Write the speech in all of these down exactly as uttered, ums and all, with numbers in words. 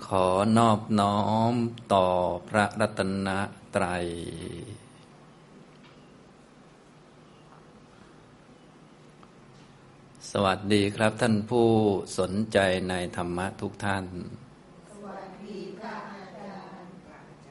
ขอนอบน้อมต่อพระรัตนตรัยสวัสดีครับท่านผู้สนใจในธรรมะทุกท่านสวัสดีค่ะอาจารย์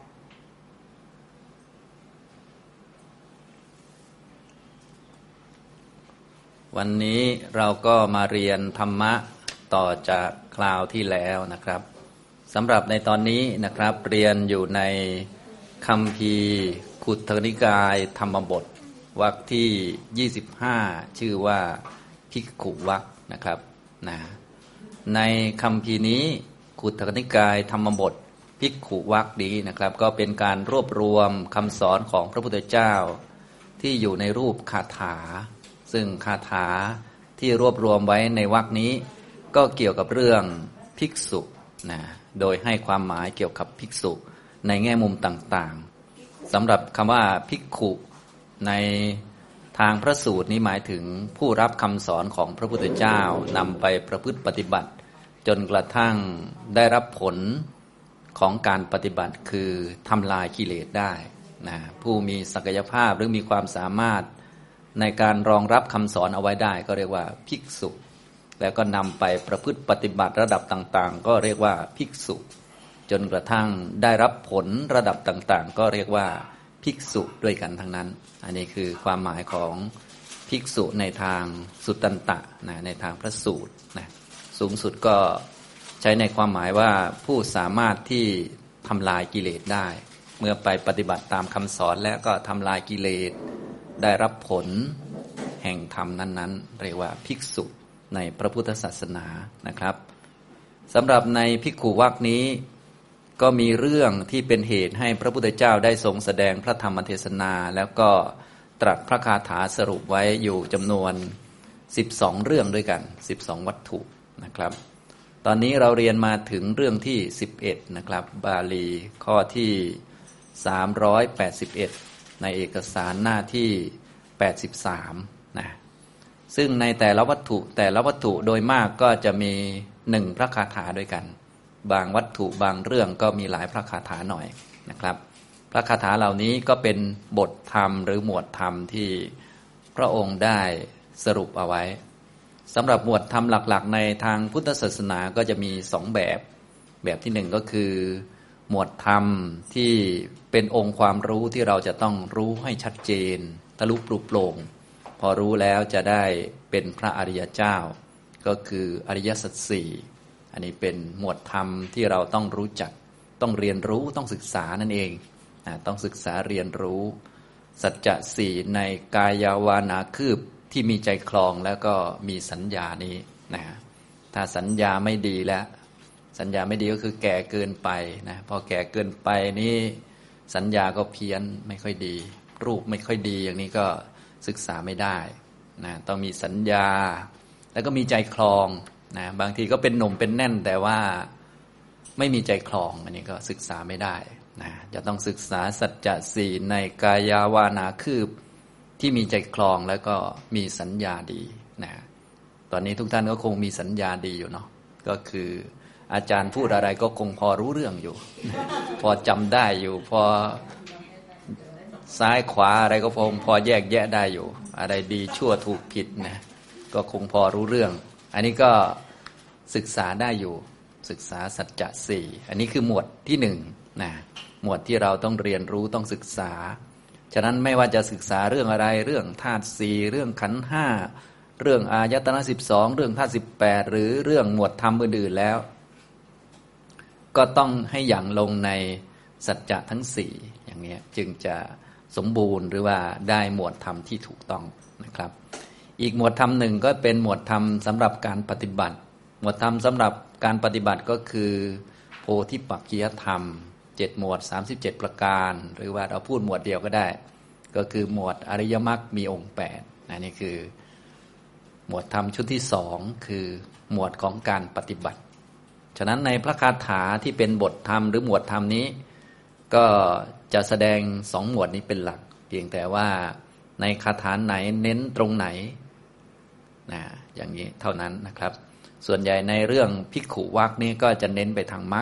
วันนี้เราก็มาเรียนธรรมะต่อจากคราวที่แล้วนะครับสำหรับในตอนนี้นะครับเรียนอยู่ในคัมภีร์ขุททนิกายธรรมบทวรรคที่ยี่สิบห้าชื่อว่าภิกขุวรรคนะครับนะในคัมภีร์นี้ขุททนิกายธรรมบทภิกขุวรรคนี้นะครับก็เป็นการรวบรวมคำสอนของพระพุทธเจ้าที่อยู่ในรูปคาถาซึ่งคาถาที่รวบรวมไว้ในวรรคนี้ก็เกี่ยวกับเรื่องภิกษุนะโดยให้ความหมายเกี่ยวกับภิกษุในแง่มุมต่างๆสำหรับคำว่าภิกขุในทางพระสูตรนี้หมายถึงผู้รับคำสอนของพระพุทธเจ้านำไปประพฤติปฏิบัติจนกระทั่งได้รับผลของการปฏิบัติคือทำลายกิเลสได้นะผู้มีศักยภาพหรือมีความสามารถในการรองรับคำสอนเอาไว้ได้ก็เรียกว่าภิกษุแล้วก็นำไปประพฤติปฏิบัติระดับต่างๆก็เรียกว่าภิกษุจนกระทั่งได้รับผลระดับต่างๆก็เรียกว่าภิกษุด้วยกันทั้งนั้นอันนี้คือความหมายของภิกษุในทางสุตตันตะนะในทางพระสูตรนะสูงสุดก็ใช้ในความหมายว่าผู้สามารถที่ทำลายกิเลสได้เมื่อไปปฏิบัติตามคำสอนแล้วก็ทำลายกิเลสได้รับผลแห่งธรรมนั้นๆเรียกว่าภิกษุในพระพุทธศาสนานะครับสำหรับในภิกขุวรรคนี้ก็มีเรื่องที่เป็นเหตุให้พระพุทธเจ้าได้ทรงแสดงพระธรรมเทศนาแล้วก็ตรัสพระคาถาสรุปไว้อยู่จำนวนสิบสองเรื่องด้วยกันสิบสองวัตถุนะครับตอนนี้เราเรียนมาถึงเรื่องที่สิบเอ็ดนะครับบาลีข้อที่สามร้อยแปดสิบเอ็ดในเอกสารหน้าที่แปดสิบสามนะซึ่งในแต่ละวัตถุแต่ละวัตถุโดยมากก็จะมีหนึ่งพระคาถาด้วยกันบางวัตถุบางเรื่องก็มีหลายพระคาถาหน่อยนะครับพระคาถาเหล่านี้ก็เป็นบทธรรมหรือหมวดธรรมที่พระองค์ได้สรุปเอาไว้สำหรับหมวดธรรมหลักๆในทางพุทธศาสนาก็จะมีสองแบบแบบที่หนึ่งก็คือหมวดธรรมที่เป็นองค์ความรู้ที่เราจะต้องรู้ให้ชัดเจนทะลุปลุกโปร่งพอรู้แล้วจะได้เป็นพระอริยเจ้าก็คืออริยสัจสี่อันนี้เป็นหมวดธรรมที่เราต้องรู้จักต้องเรียนรู้ต้องศึกษานั่นเองนะต้องศึกษาเรียนรู้สัจจะสี่ในกายาวานาคืบที่มีใจคลองแล้วก็มีสัญญานี้นะถ้าสัญญาไม่ดีแล้วสัญญาไม่ดีก็คือแก่เกินไปนะพอแก่เกินไปนี่สัญญาก็เพี้ยนไม่ค่อยดีรูปไม่ค่อยดีอย่างนี้ก็ศึกษาไม่ได้นะต้องมีสัญญาแล้วก็มีใจคลองนะบางทีก็เป็นหนุ่มเป็นแน่นแต่ว่าไม่มีใจคลองอันนี้ก็ศึกษาไม่ได้นะจะต้องศึกษาสัจจะสี่ในกายาวานาคืบที่มีใจคลองแล้วก็มีสัญญาดีนะตอนนี้ทุกท่านก็คงมีสัญญาดีอยู่เนาะก็คืออาจารย์พูดอะไรก็คงพอรู้เรื่องอยู่ พอจำได้อยู่พอซ้ายขวาอะไรก็คงพอแยกแยะได้อยู่อะไรดีชั่วถูกผิดนะก็คงพอรู้เรื่องอันนี้ก็ศึกษาได้อยู่ศึกษาสัจจะสี่อันนี้คือหมวดที่หนึ่งนะหมวดที่เราต้องเรียนรู้ต้องศึกษาฉะนั้นไม่ว่าจะศึกษาเรื่องอะไรเรื่องธาตุสี่เรื่องขันธ์ห้าเรื่องอายตนะสิบสองเรื่องธาตุสิบแปดหรือเรื่องหมวดธรรมอื่นๆแล้วก็ต้องให้อย่างลงในสัจจะทั้งสี่อย่างนี้จึงจะสมบูรณ์หรือว่าได้หมวดธรรมที่ถูกต้องนะครับอีกหมวดธรรมหนึ่งก็เป็นหมวดธรรมสำหรับการปฏิบัติหมวดธรรมสำหรับการปฏิบัติก็คือโพธิปักขิยธรรมเจ็ดหมวดสามสิบเจ็ดประการหรือว่าเราพูดหมวดเดียวก็ได้ก็คือหมวดอริยมรรคมีองค์แปดนะนี่คือหมวดธรรมชุดที่สองคือหมวดของการปฏิบัติฉะนั้นในพระคาถาที่เป็นบทธรรมหรือหมวดธรรมนี้ก็จะแสดงสองหมวดนี้เป็นหลักเพียงแต่ว่าในคาถาไหนเน้นตรงไหนนะอย่างนี้เท่านั้นนะครับส่วนใหญ่ในเรื่องภิกขุวรรคนี้ก็จะเน้นไปทางมรรค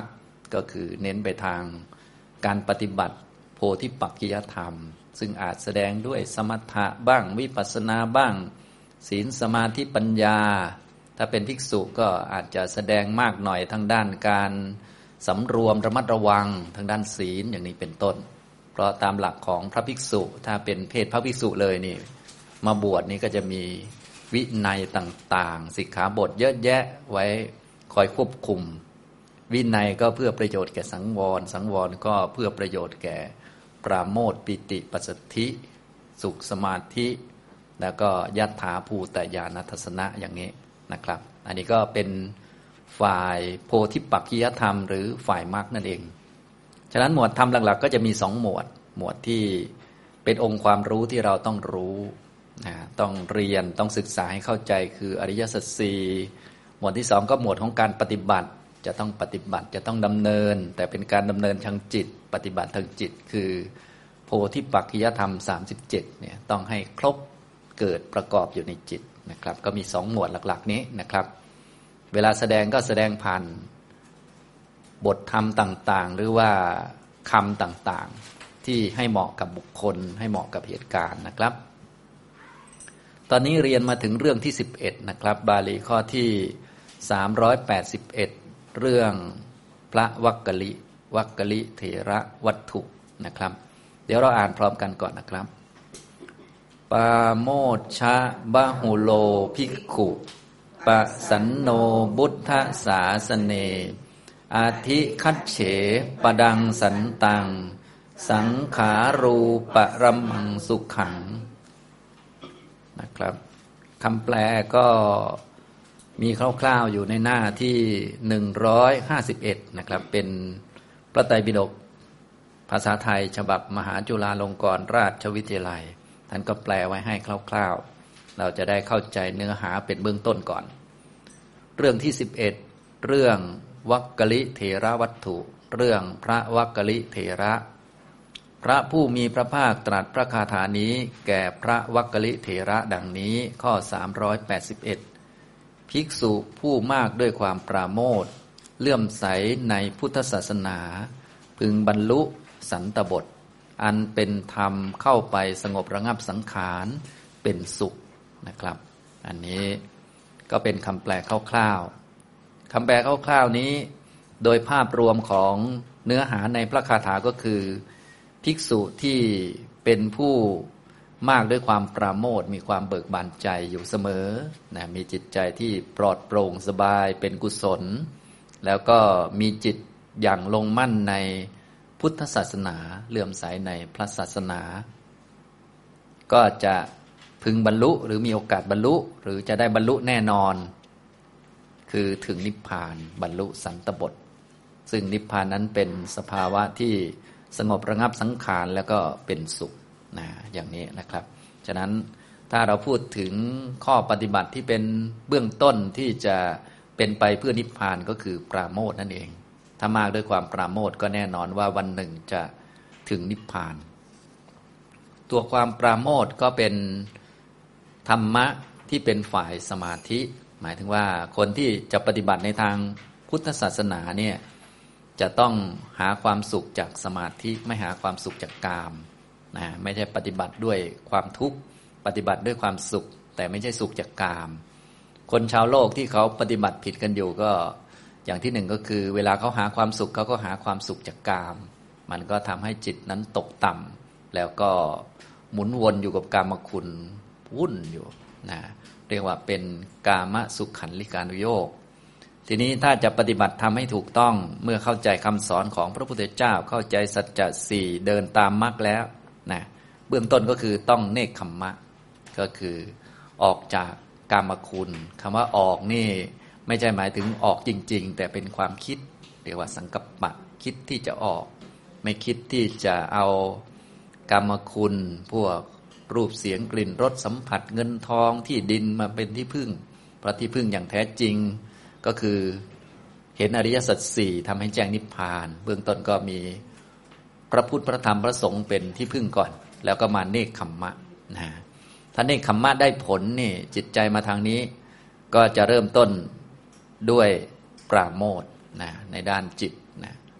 ก็คือเน้นไปทางการปฏิบัติโพธิปักขิยธรรมซึ่งอาจแสดงด้วยสมถะบ้างวิปัสสนาบ้างศีลสมาธิปัญญาถ้าเป็นภิกษุก็อาจจะแสดงมากหน่อยทางด้านการสำรวมระมัดระวังทางด้านศีลอย่างนี้เป็นต้นเพราะตามหลักของพระภิกษุถ้าเป็นเพศพระภิกษุเลยนี่มาบวชนี่ก็จะมีวินัยต่างๆสิกขาบทเยอะแยะไว้คอยควบคุมวินัยก็เพื่อประโยชน์แก่สังวรสังวรก็เพื่อประโยชน์แก่ปราโมทย์ปิติปัสสัทธิสุขสมาธิแล้วก็ยัตถาภูตญาณทัสสนะอย่างนี้นะครับอันนี้ก็เป็นฝ่ายโพธิปักขิยธรรมหรือฝ่ายมรรคนั่นเองฉะนั้นหมวดธรรมหลักๆก็จะมีสองหมวดหมวดที่เป็นองค์ความรู้ที่เราต้องรู้นะต้องเรียนต้องศึกษาให้เข้าใจคืออริยสัจสี่หมวดที่สองก็หมวดของการปฏิบัติจะต้องปฏิบัติจะต้องดำเนินแต่เป็นการดำเนินทางจิตปฏิบัติทางจิตคือโพธิปักขิยธรรมสามสิบเจ็ดเนี่ยต้องให้ครบเกิดประกอบอยู่ในจิตนะครับก็มีสองหมวดหลักๆนี้นะครับเวลาแสดงก็แสดงผ่านบทธรรมต่างๆหรือว่าคำต่างๆที่ให้เหมาะกับบุคคลให้เหมาะกับเหตุการณ์นะครับตอนนี้เรียนมาถึงเรื่องที่สิบเอ็ดนะครับบาลีข้อที่สามร้อยแปดสิบเอ็ดเรื่องพระวักกลิวักกลิเถระวัตถุนะครับเดี๋ยวเราอ่านพร้อมกันก่อนนะครับปาโมชฌะบะหุโลภิกขุปะสันโนบุทธศาสเนอาทิคัจเฉปดังสันตังสังขารูปะรัมมังสุขังนะครับคำแปลก็มีคร่าวๆอยู่ในหน้าที่หนึ่งร้อยห้าสิบเอ็ดนะครับเป็นพระไตรปิฎกภาษาไทยฉบับมหาจุฬาลงกรณราชวิทยาลัยท่านก็แปลไว้ให้คร่าวๆเราจะได้เข้าใจเนื้อหาเป็นเบื้องต้นก่อนเรื่องที่สิบเอ็ดเรื่องวักกลิเถระวัตถุเรื่องพระวักกลิเถระพระผู้มีพระภาคตรัสพระคาถานี้แก่พระวักกลิเถระดังนี้ข้อสามร้อยแปดสิบเอ็ดภิกษุผู้มากด้วยความปราโมทย์เลื่อมใสในพุทธศาสนาพึงบรรลุสันตบทอันเป็นธรรมเข้าไปสงบระงับสังขารเป็นสุขนะครับอันนี้ก็เป็นคำแปลคร่าวๆคำแปลคร่าวๆนี้โดยภาพรวมของเนื้อหาในพระคาถาก็คือภิกษุที่เป็นผู้มากด้วยความปราโมทย์มีความเบิกบานใจอยู่เสมอนะมีจิตใจที่ปลอดโปร่งสบายเป็นกุศลแล้วก็มีจิตอย่างลงมั่นในพุทธศาสนาเลื่อมใสในพระศาสนาก็จะพึงบรรลุหรือมีโอกาสบรรลุหรือจะได้บรรลุแน่นอนคือถึงนิพพานบรรลุสันตบทซึ่งนิพพานนั้นเป็นสภาวะที่สงบระงับสังขารแล้วก็เป็นสุขนะอย่างนี้นะครับฉะนั้นถ้าเราพูดถึงข้อปฏิบัติที่เป็นเบื้องต้นที่จะเป็นไปเพื่อนิพพานก็คือปราโมทย์นั่นเองถ้ามากด้วยความปราโมทย์ก็แน่นอนว่าวันหนึ่งจะถึงนิพพานตัวความปราโมทย์ก็เป็นธรรมะที่เป็นฝ่ายสมาธิหมายถึงว่าคนที่จะปฏิบัติในทางพุทธศาสนาเนี่ยจะต้องหาความสุขจากสมาธิไม่หาความสุขจากกามนะไม่ใช่ปฏิบัติด้วยความทุกข์ปฏิบัติด้วยความสุขแต่ไม่ใช่สุขจากกามคนชาวโลกที่เขาปฏิบัติผิดกันอยู่ก็อย่างที่หนึ่งก็คือเวลาเขาหาความสุขเขาก็หาความสุขจากกามมันก็ทำให้จิตนั้นตกต่ำแล้วก็หมุนวนอยู่กับกามคุณวุ่นอยู่นะเรียกว่าเป็นกามสุขขันลิกานุโยคทีนี้ถ้าจะปฏิบัติทำให้ถูกต้องเมื่อเข้าใจคำสอนของพระพุทธเจ้าเข้าใจสัจจะสี่เดินตามมรรคแล้วนะเบื้องต้นก็คือต้องเนกขัมมะก็คือออกจากกามคุณคำว่าออกนี่ไม่ใช่หมายถึงออกจริงๆแต่เป็นความคิดเรียกว่าสังกัปปะคิดที่จะออกไม่คิดที่จะเอากามคุณพวกรูปเสียงกลิ่นรสสัมผัสเงินทองที่ดินมาเป็นที่พึ่งเพราะที่พึ่งอย่างแท้จริงก็คือเห็นอริยสัจสี่ทำให้แจ้งนิพพานเบื้องต้นก็มีพระพุทธพระธรรมพระสงฆ์เป็นที่พึ่งก่อนแล้วก็มาเนกขัมมะนะถ้าเนกขัมมะได้ผลนี่จิตใจมาทางนี้ก็จะเริ่มต้นด้วยปราโมทย์นะในด้านจิตนะ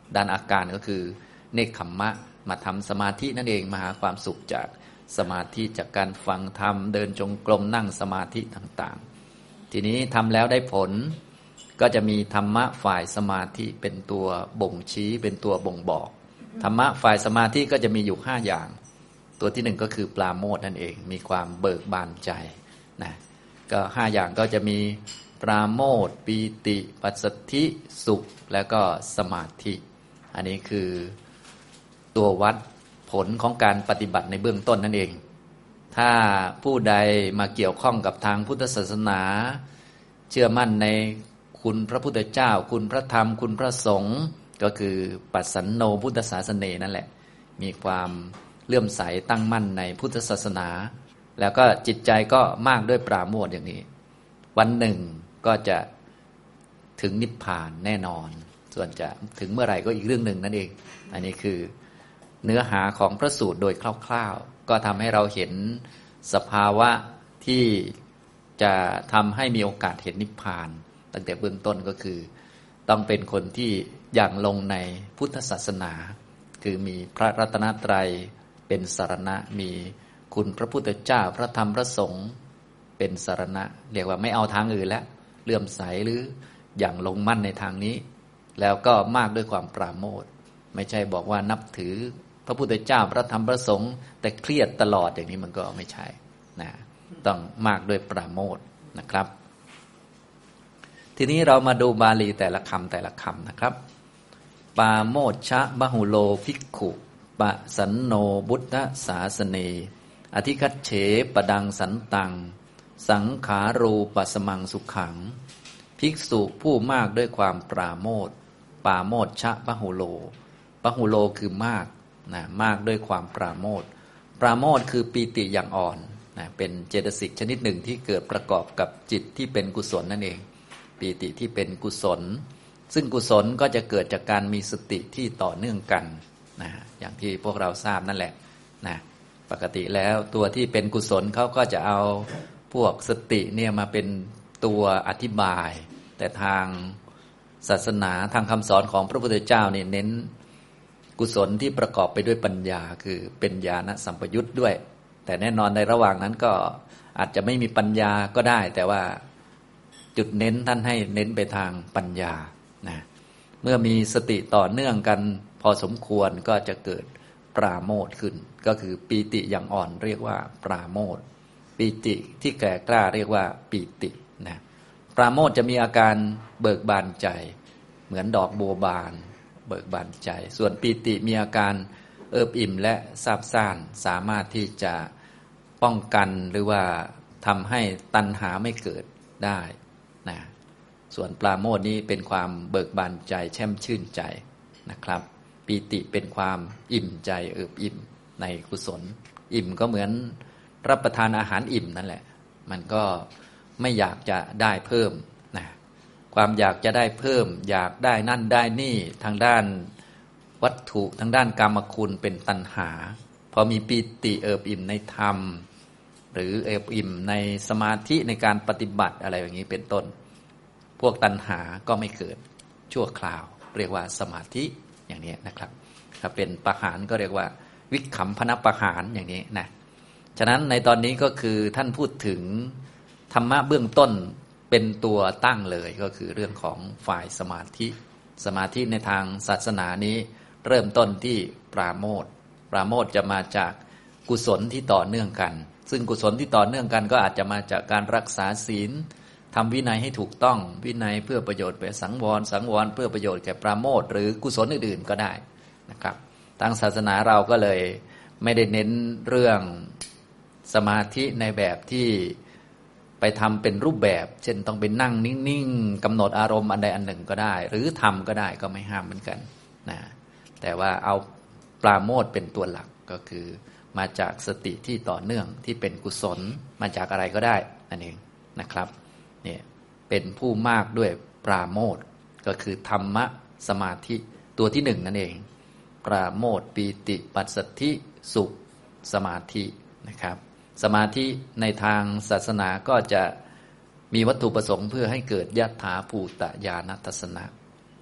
ด้านอาการก็คือเนกขัมมะมาทำสมาธินั่นเองมาหาความสุขจากสมาธิจากการฟังธรรมเดินจงกรมนั่งสมาธิต่างๆทีนี้ทำแล้วได้ผลก็จะมีธรรมะฝ่ายสมาธิเป็นตัวบ่งชี้เป็นตัวบ่งบอกธรรมะฝ่ายสมาธิก็จะมีอยู่ห้าอย่างตัวที่หนึ่งก็คือปราโมทย์นั่นเองมีความเบิกบานใจนะก็ห้าอย่างก็จะมีปราโมทย์ปีติปัสสัทธิสุขแล้วก็สมาธิอันนี้คือตัววัดผลของการปฏิบัติในเบื้องต้นนั่นเองถ้าผู้ใดมาเกี่ยวข้องกับทางพุทธศาสนาเชื่อมั่นในคุณพระพุทธเจ้าคุณพระธรรมคุณพระสงฆ์ก็คือปัสสันโนพุทธศาสเนนั่นแหละมีความเลื่อมใสตั้งมั่นในพุทธศาสนาแล้วก็จิตใจก็มากด้วยปราโมทย์อย่างนี้วันหนึ่งก็จะถึงนิพพานแน่นอนส่วนจะถึงเมื่อไหร่ก็อีกเรื่องหนึ่งนั่นเองอันนี้คือเนื้อหาของพระสูตรโดยคร่าวๆก็ทำให้เราเห็นสภาวะที่จะทำให้มีโอกาสเห็นนิพพานตั้งแต่เบื้องต้นก็คือต้องเป็นคนที่อย่างลงในพุทธศาสนาคือมีพระรัตนตรัยเป็นสรณะมีคุณพระพุทธเจ้าพระธรรมพระสงฆ์เป็นสรณะเรียกว่าไม่เอาทางอื่นแล้วเลื่อมใสหรืออย่างลงมั่นในทางนี้แล้วก็มากด้วยความปราโมทย์ไม่ใช่บอกว่านับถือพระพุทธเจ้าพระธรรมพระสงฆ์แต่เครียดตลอดอย่างนี้มันก็ไม่ใช่นะต้องมากด้วยปราโมทย์นะครับทีนี้เรามาดูบาลีแต่ละคำแต่ละคำนะครับปาโมชชะบหุโลภิกขุปะสันโนบุตตสาสเนอธิคัจเฉปดังสันตังสังขารูปสมังสุขังภิกษุผู้มากด้วยความปราโมทย์ปาโมชชะบหุโลบหุโลคือมากนะมากด้วยความปราโมทย์ปราโมทย์คือปีติอย่างอ่อนนะเป็นเจตสิกชนิดหนึ่งที่เกิดประกอบกับจิตที่เป็นกุศลนั่นเองปีติที่เป็นกุศลซึ่งกุศลก็จะเกิดจากการมีสติที่ต่อเนื่องกันนะอย่างที่พวกเราทราบนั่นแหละนะปกติแล้วตัวที่เป็นกุศลเขาก็จะเอาพวกสติเนี่ยมาเป็นตัวอธิบายแต่ทางศาสนาทางคำสอนของพระพุทธเจ้าเนี่ยเน้นกุศลที่ประกอบไปด้วยปัญญาคือเป็นญาณสัมปยุตด้วยแต่แน่นอนในระหว่างนั้นก็อาจจะไม่มีปัญญาก็ได้แต่ว่าจุดเน้นท่านให้เน้นไปทางปัญญานะเมื่อมีสติต่อเนื่องกันพอสมควรก็จะเกิดปราโมทย์ขึ้นก็คือปีติอย่างอ่อนเรียกว่าปราโมทย์ปีติที่แก่กล้าเรียกว่าปีตินะปราโมทย์จะมีอาการเบิกบานใจเหมือนดอกบัวบานเบิกบานใจส่วนปีติมีอาการเอิบอิ่มและซาบซ่านสามารถที่จะป้องกันหรือว่าทำให้ตัณหาไม่เกิดได้นะส่วนปราโมทย์นี้เป็นความเบิกบานใจแช่มชื่นใจนะครับปีติเป็นความอิ่มใจเอิบอิ่มในกุศลอิ่มก็เหมือนรับประทานอาหารอิ่มนั่นแหละมันก็ไม่อยากจะได้เพิ่มนะความอยากจะได้เพิ่มอยากได้นั่นได้นี่ทางด้านวัตถุทางด้านกามคุณเป็นตัณหาพอมีปีติเอิบอิ่มในธรรมหรือเอิบอิ่มในสมาธิในการปฏิบัติอะไรอย่างนี้เป็นต้นพวกตัณหาก็ไม่เกิดชั่วคราวเรียกว่าสมาธิอย่างนี้นะครับถ้าเป็นปหานก็เรียกว่าวิคัมพนปหานอย่างนี้นะฉะนั้นในตอนนี้ก็คือท่านพูดถึงธรรมะเบื้องต้นเป็นตัวตั้งเลยก็คือเรื่องของฝ่ายสมาธิสมาธิในทางศาสนานี้เริ่มต้นที่ปราโมทย์ปราโมทย์จะมาจากกุศลที่ต่อเนื่องกันซึ่งกุศลที่ต่อเนื่องกันก็อาจจะมาจากการรักษาศีลทำวินัยให้ถูกต้องวินัยเพื่อประโยชน์แก่สังวรสังวรเพื่อประโยชน์แก่ปราโมทย์หรือกุศลอื่นๆก็ได้นะครับทางศาสนาเราก็เลยไม่ได้เน้นเรื่องสมาธิในแบบที่ไปทำเป็นรูปแบบเช่นต้องไปนั่งนิ่งๆกำหนดอารมณ์อันใดอันหนึ่งก็ได้หรือทำก็ได้ก็ไม่ห้ามเหมือนกันนะแต่ว่าเอาปราโมทย์เป็นตัวหลักก็คือมาจากสติที่ต่อเนื่องที่เป็นกุศลมาจากอะไรก็ได้นั่นเองนะครับเนี่ยเป็นผู้มากด้วยปราโมทย์ก็คือธรรมะสมาธิตัวที่หนึ่งนั่นเองปราโมทย์ปีติปัสสัทธิสุขสมาธินะครับสมาธิในทางศาสนาก็จะมีวัตถุประสงค์เพื่อให้เกิดยถาภูตญาณทัศนะ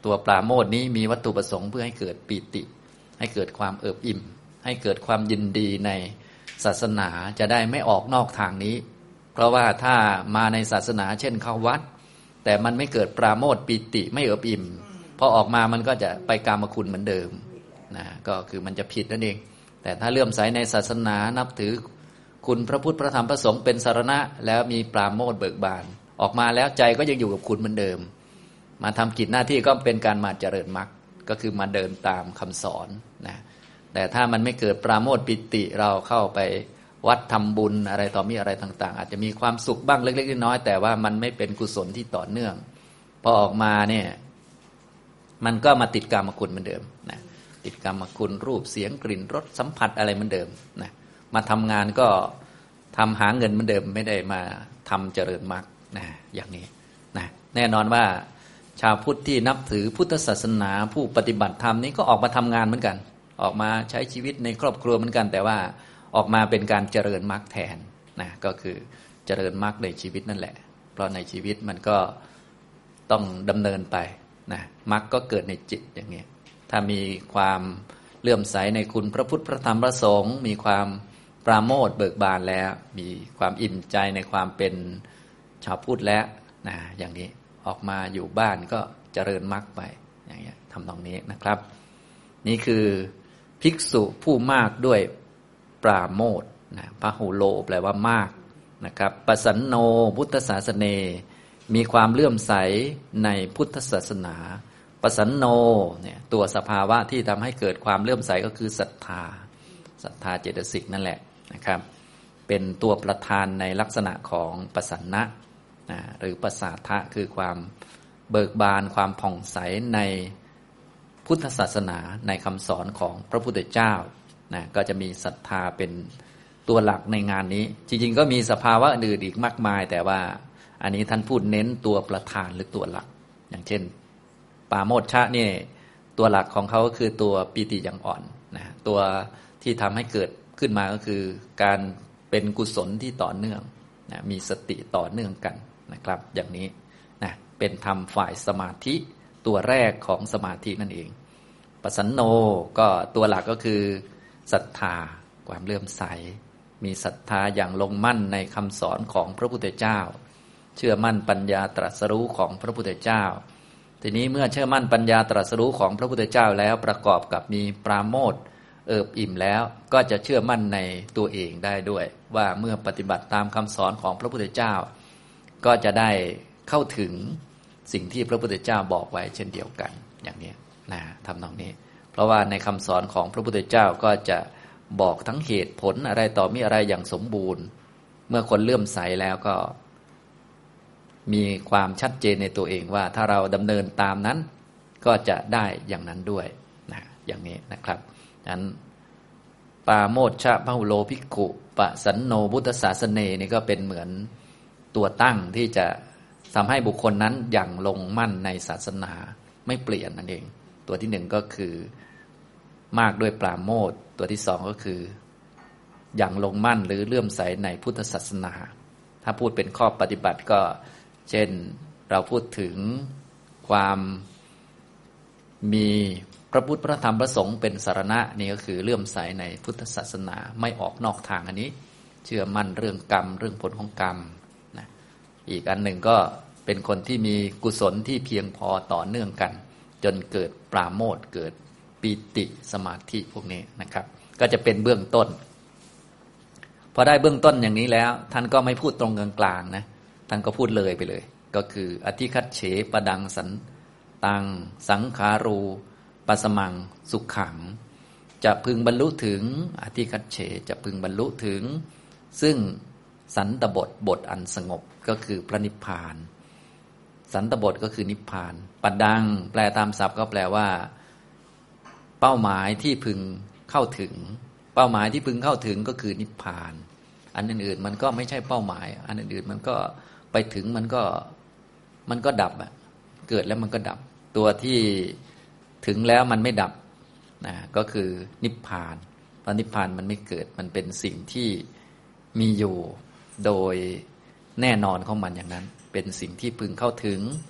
ตัวปราโมทย์นี้มีวัตถุประสงค์เพื่อให้เกิดปีติให้เกิดความเอิบอิ่มให้เกิดความยินดีในศาสนาจะได้ไม่ออกนอกทางนี้เพราะว่าถ้ามาในศาสนาเช่นเข้าวัดแต่มันไม่เกิดปราโมทย์ปีติไม่เอิบอิ่มพอออกมามันก็จะไปกามคุณเหมือนเดิมนะก็คือมันจะผิดนั่นเองแต่ถ้าเลื่อมใสในศาสนานับถือคุณพระพุทธพระธรรมพระสงฆ์เป็นสรณะแล้วมีปราโมทย์เบิกบานออกมาแล้วใจก็ยังอยู่กับคุณเหมือนเดิมมาทำกิจหน้าที่ก็เป็นการมาเจริญมรรคก็คือมาเดินตามคำสอนนะแต่ถ้ามันไม่เกิดปราโมทย์ปิติเราเข้าไปวัดทำบุญอะไรต่อมีอะไรต่างๆอาจจะมีความสุขบ้างเล็กๆน้อยๆแต่ว่ามันไม่เป็นกุศลที่ต่อเนื่องพอออกมาเนี่ยมันก็มาติดกามคุณเหมือนเดิมนะติดกามคุณรูปเสียงกลิ่นรสสัมผัสอะไรเหมือนเดิมนะมาทำงานก็ทำหาเงินเหมือนเดิมไม่ได้มาทำเจริญมรรคนะอย่างนี้นะแน่นอนว่าชาวพุทธที่นับถือพุทธศาสนาผู้ปฏิบัติธรรมนี้ก็ออกมาทำงานเหมือนกันออกมาใช้ชีวิตในครอบครัวเหมือนกันแต่ว่าออกมาเป็นการเจริญมรรคแทนนะก็คือเจริญมรรคในชีวิตนั่นแหละเพราะในชีวิตมันก็ต้องดำเนินไปนะมรรคก็เกิดในจิตอย่างนี้ถ้ามีความเลื่อมใสในคุณพระพุทธพระธรรมพระสงฆ์มีความปราโมทย์เบิกบานแล้วมีความอิ่มใจในความเป็นชาวพุทธแล้วนะอย่างนี้ออกมาอยู่บ้านก็เจริญมรรคไปอย่างเงี้ยทำตรงนี้นะครับนี่คือภิกษุผู้มากด้วยปราโมทย์นะพหุโลแปลว่ามากนะครับปสันโนพุทธศาสเนมีความเลื่อมใสในพุทธศาสนาปสันโนเนี่ยตัวสภาวะที่ทำให้เกิดความเลื่อมใสก็คือศรัทธาศรัทธาเจตสิกนั่นแหละนะครับเป็นตัวประธานในลักษณะของปสันนะนะหรือปสาทะคือความเบิกบานความผ่องใสในพุทธศาสนาในคำสอนของพระพุทธเจ้านะก็จะมีศรัทธาเป็นตัวหลักในงานนี้จริงๆก็มีสภาวะอื่นอีกมากมายแต่ว่าอันนี้ท่านพูดเน้นตัวประธานหรือตัวหลักอย่างเช่นปาโมชฌะนี่ตัวหลักของเขาก็คือตัวปีติอย่างอ่อนนะตัวที่ทำให้เกิดขึ้นมาก็คือการเป็นกุศลที่ต่อเนื่องนะมีสติต่อเนื่องกันนะครับอย่างนี้นะเป็นธรรมฝ่ายสมาธิตัวแรกของสมาธินั่นเองปสันโนก็ตัวหลักก็คือศรัทธาความเลื่อมใสมีศรัทธาอย่างลงมั่นในคำสอนของพระพุทธเจ้าเชื่อมั่นปัญญาตรัสรู้ของพระพุทธเจ้าทีนี้เมื่อเชื่อมั่นปัญญาตรัสรู้ของพระพุทธเจ้าแล้วประกอบกับมีปราโมทย์เอิบอิ่มแล้วก็จะเชื่อมั่นในตัวเองได้ด้วยว่าเมื่อปฏิบัติตามคำสอนของพระพุทธเจ้าก็จะได้เข้าถึงสิ่งที่พระพุทธเจ้าบอกไว้เช่นเดียวกันอย่างนี้นะทำตรงนี้เพราะว่าในคำสอนของพระพุทธเจ้าก็จะบอกทั้งเหตุผลอะไรต่อมีอะไรอย่างสมบูรณ์เมื่อคนเลื่อมใสแล้วก็มีความชัดเจนในตัวเองว่าถ้าเราดำเนินตามนั้นก็จะได้อย่างนั้นด้วยนะอย่างนี้นะครับฉะนั้นปาโมชฌะพหุโลภิกขุปสันโนพุทธศาสเนนี่ก็เป็นเหมือนตัวตั้งที่จะทำให้บุคคลนั้นอย่างลงมั่นในศาสนาไม่เปลี่ยนนั่นเองตัวที่หนึ่งก็คือมากด้วยปราโมทย์ตัวที่สองก็คืออย่างลงมั่นหรือเลื่อมใสในพุทธศาสนาถ้าพูดเป็นข้อปฏิบัติก็เช่นเราพูดถึงความมีพระพุทธพระธรรมพระสงฆ์เป็นสรณะนี่ก็คือเลื่อมใสในพุทธศาสนาไม่ออกนอกทางอันนี้เชื่อมั่นเรื่องกรรมเรื่องผลของกรรมนะอีกอันหนึ่งก็เป็นคนที่มีกุศลที่เพียงพอต่อเนื่องกันจนเกิดปราโมทย์เกิดปีติสมาธิพวกนี้นะครับก็จะเป็นเบื้องต้นพอได้เบื้องต้นอย่างนี้แล้วท่านก็ไม่พูดตรงกลางๆนะท่านก็พูดเลยไปเลยก็คืออธิคัตเฉปดังสันตังสังขารูปัสมังสุขขังจะพึงบรรลุถึงอธิคัตเฉจะพึงบรรลุถึงซึ่งสันตบทบทอันสงบก็คือพระนิพพานสันตบทก็คือนิพพานปดังแปลตามศัพท์ก็แปลว่าเป้าหมายที่พึงเข้าถึงเป้าหมายที่พึงเข้าถึงก็คือนิพพานอันอื่นๆมันก็ไม่ใช่เป้าหมายอันอื่นๆมันก็ไปถึงมันก็มันก็ดับอ่ะเกิดแล้วมันก็ดับตัวที่ถึงแล้วมันไม่ดับนะก็คือนิพพานเพราะนิพพานมันไม่เกิดมันเป็นสิ่งที่มีอยู่โดยแน่นอนของมันอย่างนั้นเป็นสิ่งที่พึงเข้าถึง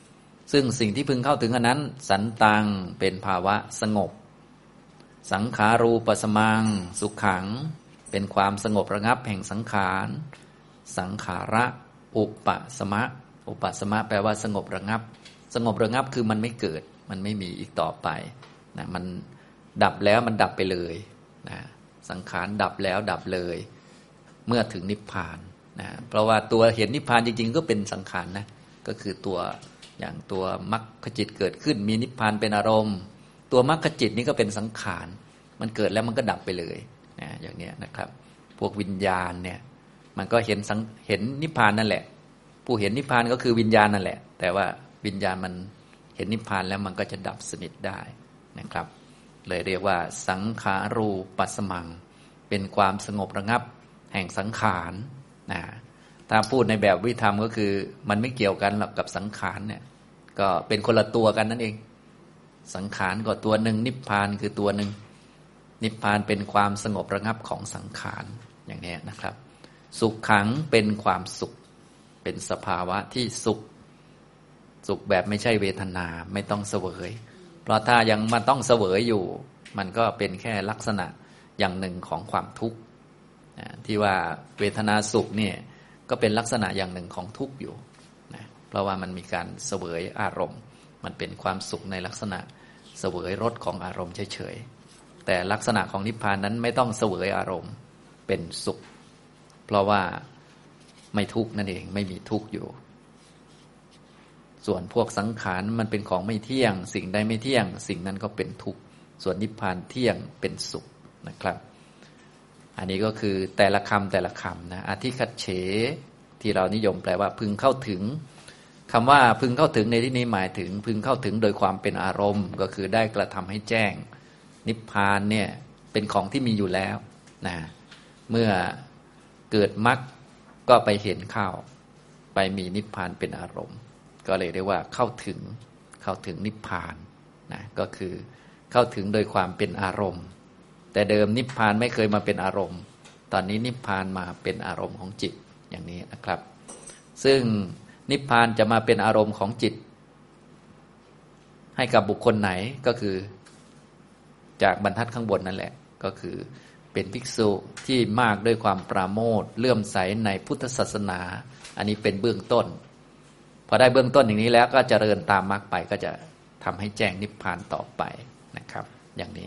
ซึ่งสิ่งที่พึงเข้าถึงอันนั้นสันตังเป็นภาวะสงบสังขารูปสมังสุขขังเป็นความสงบระงับแห่งสังขารสังขาระอุปสมะอุปสมะแปลว่าสงบระงับสงบระงับคือมันไม่เกิดมันไม่มีอีกต่อไปนะมันดับแล้วมันดับไปเลยนะสังขารดับแล้วดับเลยเมื่อถึงนิพพานนะเพราะว่าตัวเห็นนิพพานจริงๆก็เป็นสังขารนะก็คือตัวอย่างตัวมรรคจิตเกิดขึ้นมีนิพพานเป็นอารมณ์ตัวมรรคจิตนี้ก็เป็นสังขารมันเกิดแล้วมันก็ดับไปเลยนะอย่างนี้นะครับพวกวิญญาณเนี่ยมันก็เห็นสังเห็นนิพพานนั่นแหละผู้เห็นนิพพานก็คือวิญญาณนั่นแหละแต่ว่าวิญญาณมันเห็นนิพพานแล้วมันก็จะดับสนิทได้นะครับเลยเรียกว่าสังขารูปัสมังเป็นความสงบระงับแห่งสังขารนะถ้าพูดในแบบวิธรรมก็คือมันไม่เกี่ยวกันหรอกกับสังขารเนี่ยก็เป็นคนละตัวกันนั่นเองสังขารก็ตัวหนึ่งนิพพานคือตัวหนึ่งนิพพานเป็นความสงบระงับของสังขารอย่างนี้นะครับสุขขังเป็นความสุขเป็นสภาวะที่สุขสุขแบบไม่ใช่เวทนาไม่ต้องเสวยเพราะถ้ายังมาต้องเสวยอยู่มันก็เป็นแค่ลักษณะอย่างหนึ่งของความทุกข์ที่ว่าเวทนาสุขเนี่ยก็เป็นลักษณะอย่างหนึ่งของทุกข์อยู่นะเพราะว่ามันมีการเสวยอารมณ์มันเป็นความสุขในลักษณะเสวยรสของอารมณ์เฉยๆแต่ลักษณะของนิพพานนั้นไม่ต้องเสวยอารมณ์เป็นสุขเพราะว่าไม่ทุกข์นั่นเองไม่มีทุกข์อยู่ส่วนพวกสังขารมันเป็นของไม่เที่ยงสิ่งใดไม่เที่ยงสิ่งนั้นก็เป็นทุกข์ส่วนนิพพานเที่ยงเป็นสุขนะครับอันนี้ก็คือแต่ละคำแต่ละคำนะอธิคัจเฉที่เรานิยมแปลว่าพึงเข้าถึงคำว่าพึงเข้าถึงในที่นี้หมายถึงพึงเข้าถึงโดยความเป็นอารมณ์ก็คือได้กระทำให้แจ้งนิพพานเนี่ยเป็นของที่มีอยู่แล้วนะเมื่อเกิดมรรคก็ไปเห็นเข้าไปมีนิพพานเป็นอารมณ์ก็เลยเรียกว่าเข้าถึงเข้าถึงนิพพานนะก็คือเข้าถึงโดยความเป็นอารมณ์แต่เดิมนิพพานไม่เคยมาเป็นอารมณ์ตอนนี้นิพพานมาเป็นอารมณ์ของจิตอย่างนี้นะครับซึ่งนิพพานจะมาเป็นอารมณ์ของจิตให้กับบุคคลไหนก็คือจากบรรทัดข้างบนนั่นแหละก็คือเป็นภิกษุที่มากด้วยความปราโมทย์เลื่อมใสในพุทธศาสนาอันนี้เป็นเบื้องต้นพอได้เบื้องต้นอย่างนี้แล้วก็เจริญตามมรรคไปก็จะทำให้แจ้งนิพพานต่อไปนะครับอย่างนี้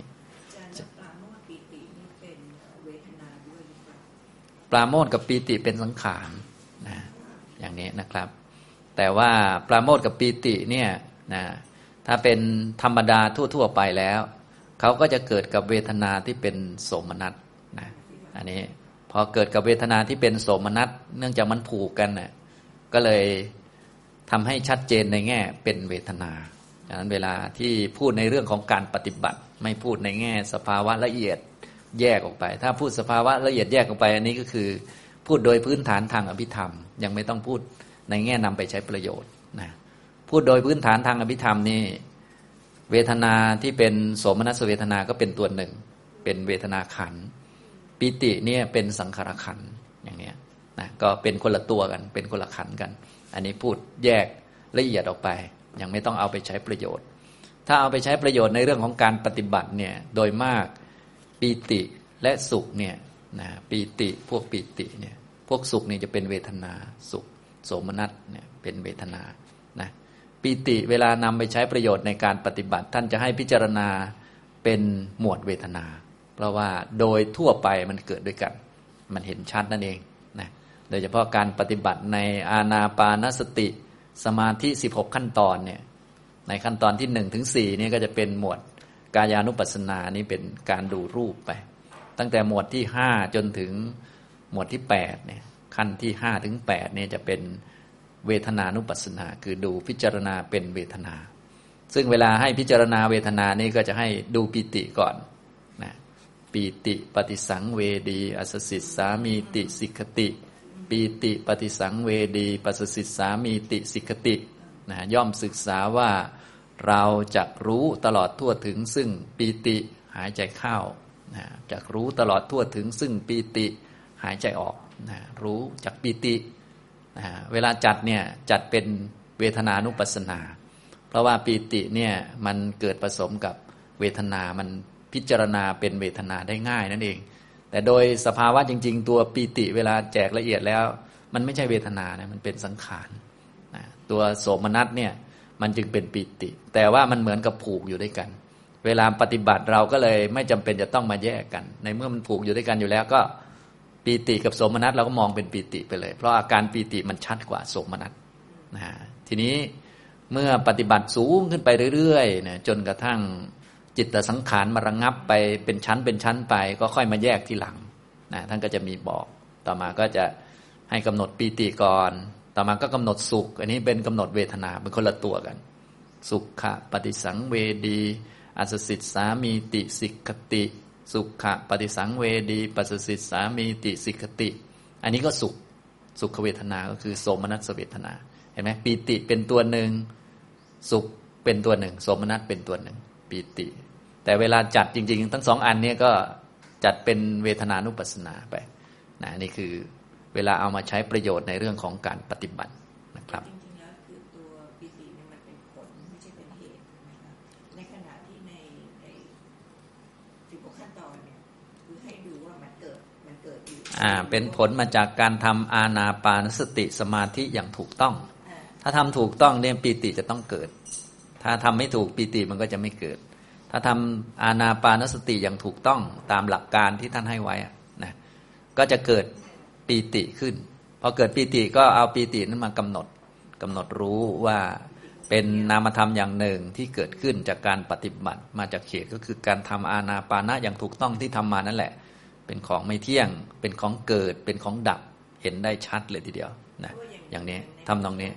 ปราโมทย์กับปีติเป็นสังขารนะอย่างนี้นะครับแต่ว่าปราโมทย์กับปีติเนี่ยนะถ้าเป็นธรรมดาทั่วๆไปแล้วเขาก็จะเกิดกับเวทนาที่เป็นโสมนัสนะอันนี้พอเกิดกับเวทนาที่เป็นโสมนัสเนื่องจากมันผูกกันนะก็เลยทำให้ชัดเจนในแง่เป็นเวทนาดังนั้นเวลาที่พูดในเรื่องของการปฏิบัติไม่พูดในแง่สภาวะละเอียดแยกออกไปถ้าพูดสภาวะละเอียดแยกออกไปอันนี้ก็คือพูดโดยพื้นฐานทางอภิธรรมยังไม่ต้องพูดในแง่นำไปใช้ประโยชน์นะพูดโดยพื้นฐานทางอภิธรรมนี่เวทนาที่เป็นโสมนัสเวทนาก็เป็นตัวหนึ่งเป็นเวทนาขันธ์ปิติเนี่ยเป็นสังขารขันธ์อย่างนี้นะก็เป็นคนละตัวกันเป็นคนละขันธ์กันอันนี้พูดแยกละเอียดออกไปยังไม่ต้องเอาไปใช้ประโยชน์ถ้าเอาไปใช้ประโยชน์ในเรื่องของการปฏิบัติเนี่ยโดยมากปีติและสุขเนี่ยนะปีติพวกปีติเนี่ยพวกสุขนี่จะเป็นเวทนาสุขโสมนัสเนี่ยเป็นเวทนานะปีติเวลานำไปใช้ประโยชน์ในการปฏิบัติท่านจะให้พิจารณาเป็นหมวดเวทนาเพราะว่าโดยทั่วไปมันเกิดด้วยกันมันเห็นชัดนั่นเองนะโดยเฉพาะการปฏิบัติในอานาปานสติสมาธิสิบหกขั้นตอนเนี่ยในขั้นตอนที่หนึ่งถึงสี่นี่ก็จะเป็นหมวดกายานุปัสสนานี่เป็นการดูรูปไปตั้งแต่หมวดที่ห้าจนถึงหมวดที่แปดเนี่ยขั้นที่ห้าถึงแปดเนี่ยจะเป็นเวทนานุปัสสนาคือดูพิจารณาเป็นเวทนาซึ่งเวลาให้พิจารณาเวทนานี่ก็จะให้ดูปีติก่อนนะปีติปฏิสังเวดีอัสสสิสสามีติสิกขติปีติปฏิสังเวดีปัสสสิสสามีติสิกขตินะย่อมศึกษาว่าเราจักรู้ตลอดทั่วถึงซึ่งปีติหายใจเข้านะจักรู้ตลอดทั่วถึงซึ่งปีติหายใจออกนะรู้จักปีตินะเวลาจัดเนี่ยจัดเป็นเวทนานุปัสสนาราะว่าปีติเนี่ยมันเกิดผสมกับเวทนามันพิจารณาเป็นเวทนาได้ง่ายนั่นเองแต่โดยสภาวะจริงๆตัวปีติเวลาแจกละเอียดแล้วมันไม่ใช่เวทนานะมันเป็นสังขารนะตัวโสมนัสเนี่ยมันจึงเป็นปีติแต่ว่ามันเหมือนกับผูกอยู่ด้วยกันเวลาปฏิบัติเราก็เลยไม่จำเป็นจะต้องมาแยกกันในเมื่อมันผูกอยู่ด้วยกันอยู่แล้วก็ปีติกับโสมนัสเราก็มองเป็นปีติไปเลยเพราะอาการปีติมันชัดกว่าโสมนัสนะทีนี้เมื่อปฏิบัติสูงขึ้นไปเรื่อยๆนะจนกระทั่งจิตสังขารมาระงับไปเป็นชั้นเป็นชั้นไปก็ค่อยมาแยกทีหลังนะท่านก็จะมีบอกต่อมาก็จะให้กำหนดปีติก่อนต่อมาก็กำหนดสุขอันนี้เป็นกำหนดเวทนาเป็นคนละตัวกันสุขะปฏิสังเวดีอัสสิทสามีติสิกขติสุขะปฏิสังเวดีปัสสิทสามีติสิกขติอันนี้ก็สุขสุขเวทนาก็คือโสมนัสเวทนาเห็นไหมปีติเป็นตัวหนึ่งสุขเป็นตัวหนึ่งโสมนัสเป็นตัวหนึ่งปีติแต่เวลาจัดจริงๆทั้งสองอันนี้ก็จัดเป็นเวทนานุปัสสนาไปนะนี่คือเวลาเอามาใช้ประโยชน์ในเรื่องของการปฏิบัตินะครับจริงๆแล้วคือตัวปีติเนี่ยมันเป็นผลไม่ใช่เป็นเหตุนะครับในขณะที่ในในสิบหกขั้นตอนเนี่ยคือให้ดูว่ามันเกิดมันเกิดอยู่อ่าเป็นผลมาจากการทำอานาปานสติสมาธิอย่างถูกต้องถ้าทำถูกต้องเนี่ยปีติจะต้องเกิดถ้าทำไม่ถูกปีติมันก็จะไม่เกิดถ้าทำอานาปานสติอย่างถูกต้องตามหลักการที่ท่านให้ไว้นะก็จะเกิดปีติขึ้นพอเกิดปีติก็เอาปีตินั้นมากำหนดกำหนดรู้ว่าเป็นนามธรรมอย่างหนึ่งที่เกิดขึ้นจากการปฏิบัติมาจากเหตุก็คือการทำอานาปานะอย่างถูกต้องที่ทำมานั่นแหละเป็นของไม่เที่ยงเป็นของเกิดเป็นของดับเห็นได้ชัดเลยทีเดียวนะอย่างนี้ทำตรงนี้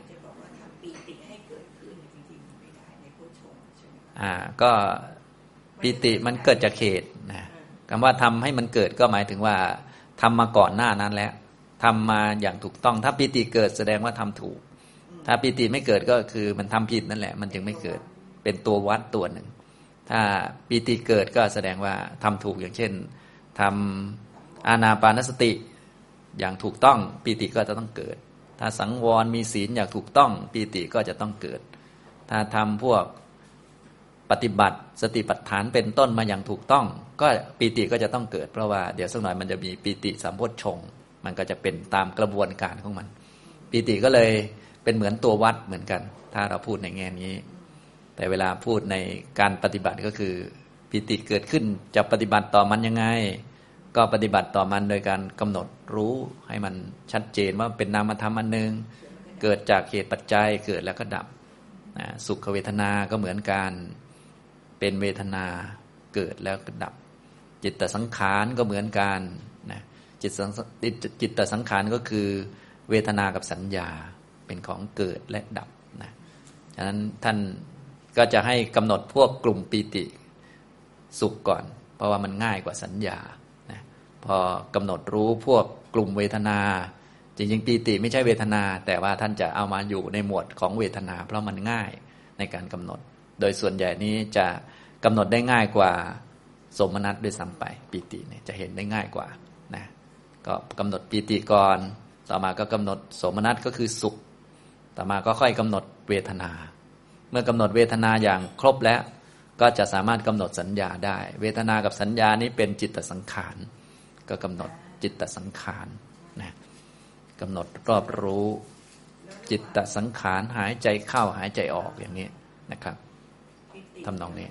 อ่าก็ปีติมันเกิดจากเหตุนะคำว่าทำให้มันเกิดก็หมายถึงว่าทำมาก่อนหน้านั้นแล้วทำมาอย่างถูกต้องถ้าปีติเกิดแสดงว่าทำถูกถ้าปีติไม่เกิดก็คือมันทำผิดนั่นแหละมันจึงไม่เกิดเป็นตัววัดตัวหนึ่งถ้าปีติเกิดก็แสดงว่าทำถูกอย่างเช่นทำอานาปานสติอย่างถูกต้องปีติก็จะต้องเกิดถ้าสังวรมีศีลอย่างถูกต้องปีติก็จะต้องเกิดถ้าทำพวกปฏิบัติสติปัฏฐานเป็นต้นมาอย่างถูกต้องก็ปีติก็จะต้องเกิดเพราะว่าเดี๋ยวสักหน่อยมันจะมีปีติสัมโพชฌงค์มันก็จะเป็นตามกระบวนการของมันปีติก็เลยเป็นเหมือนตัววัดเหมือนกันถ้าเราพูดในแง่นี้แต่เวลาพูดในการปฏิบัติก็คือปีติเกิดขึ้นจะปฏิบัติต่อมันยังไงก็ปฏิบัติต่อมันโดยการกำหนดรู้ให้มันชัดเจนว่าเป็นนามธรรมอันหนึ่งเกิดจากเหตุปัจจัยเกิดแล้วก็ดับสุขเวทนาก็เหมือนกันเป็นเวทนาเกิดแล้วก็ดับจิตตสังขารก็เหมือนกันนะจิตจิตตสังขารก็คือเวทนากับสัญญาเป็นของเกิดและดับนะฉะนั้นท่านก็จะให้กำหนดพวกกลุ่มปีติสุขก่อนเพราะว่ามันง่ายกว่าสัญญานะพอกำหนดรู้พวกกลุ่มเวทนาจริงๆปีติไม่ใช่เวทนาแต่ว่าท่านจะเอามาอยู่ในหมวดของเวทนาเพราะมันง่ายในการกำหนดโดยส่วนใหญ่นี้จะกำหนดได้ง่ายกว่าโสมนัสด้วยซ้ำไปปีติเนี่ยจะเห็นได้ง่ายกว่านะก็กำหนดปีติก่อนต่อมาก็กำหนดโสมนัสก็คือสุขต่อมาก็ค่อยกำหนดเวทนาเมื่อกำหนดเวทนาอย่างครบแล้วก็จะสามารถกำหนดสัญญาได้เวทนากับสัญญานี้เป็นจิตตสังขารก็กำหนดจิตตสังขารนะกำหนดรอบรู้จิตตสังขารหายใจเข้าหายใจออกอย่างนี้นะครับทำนองนี้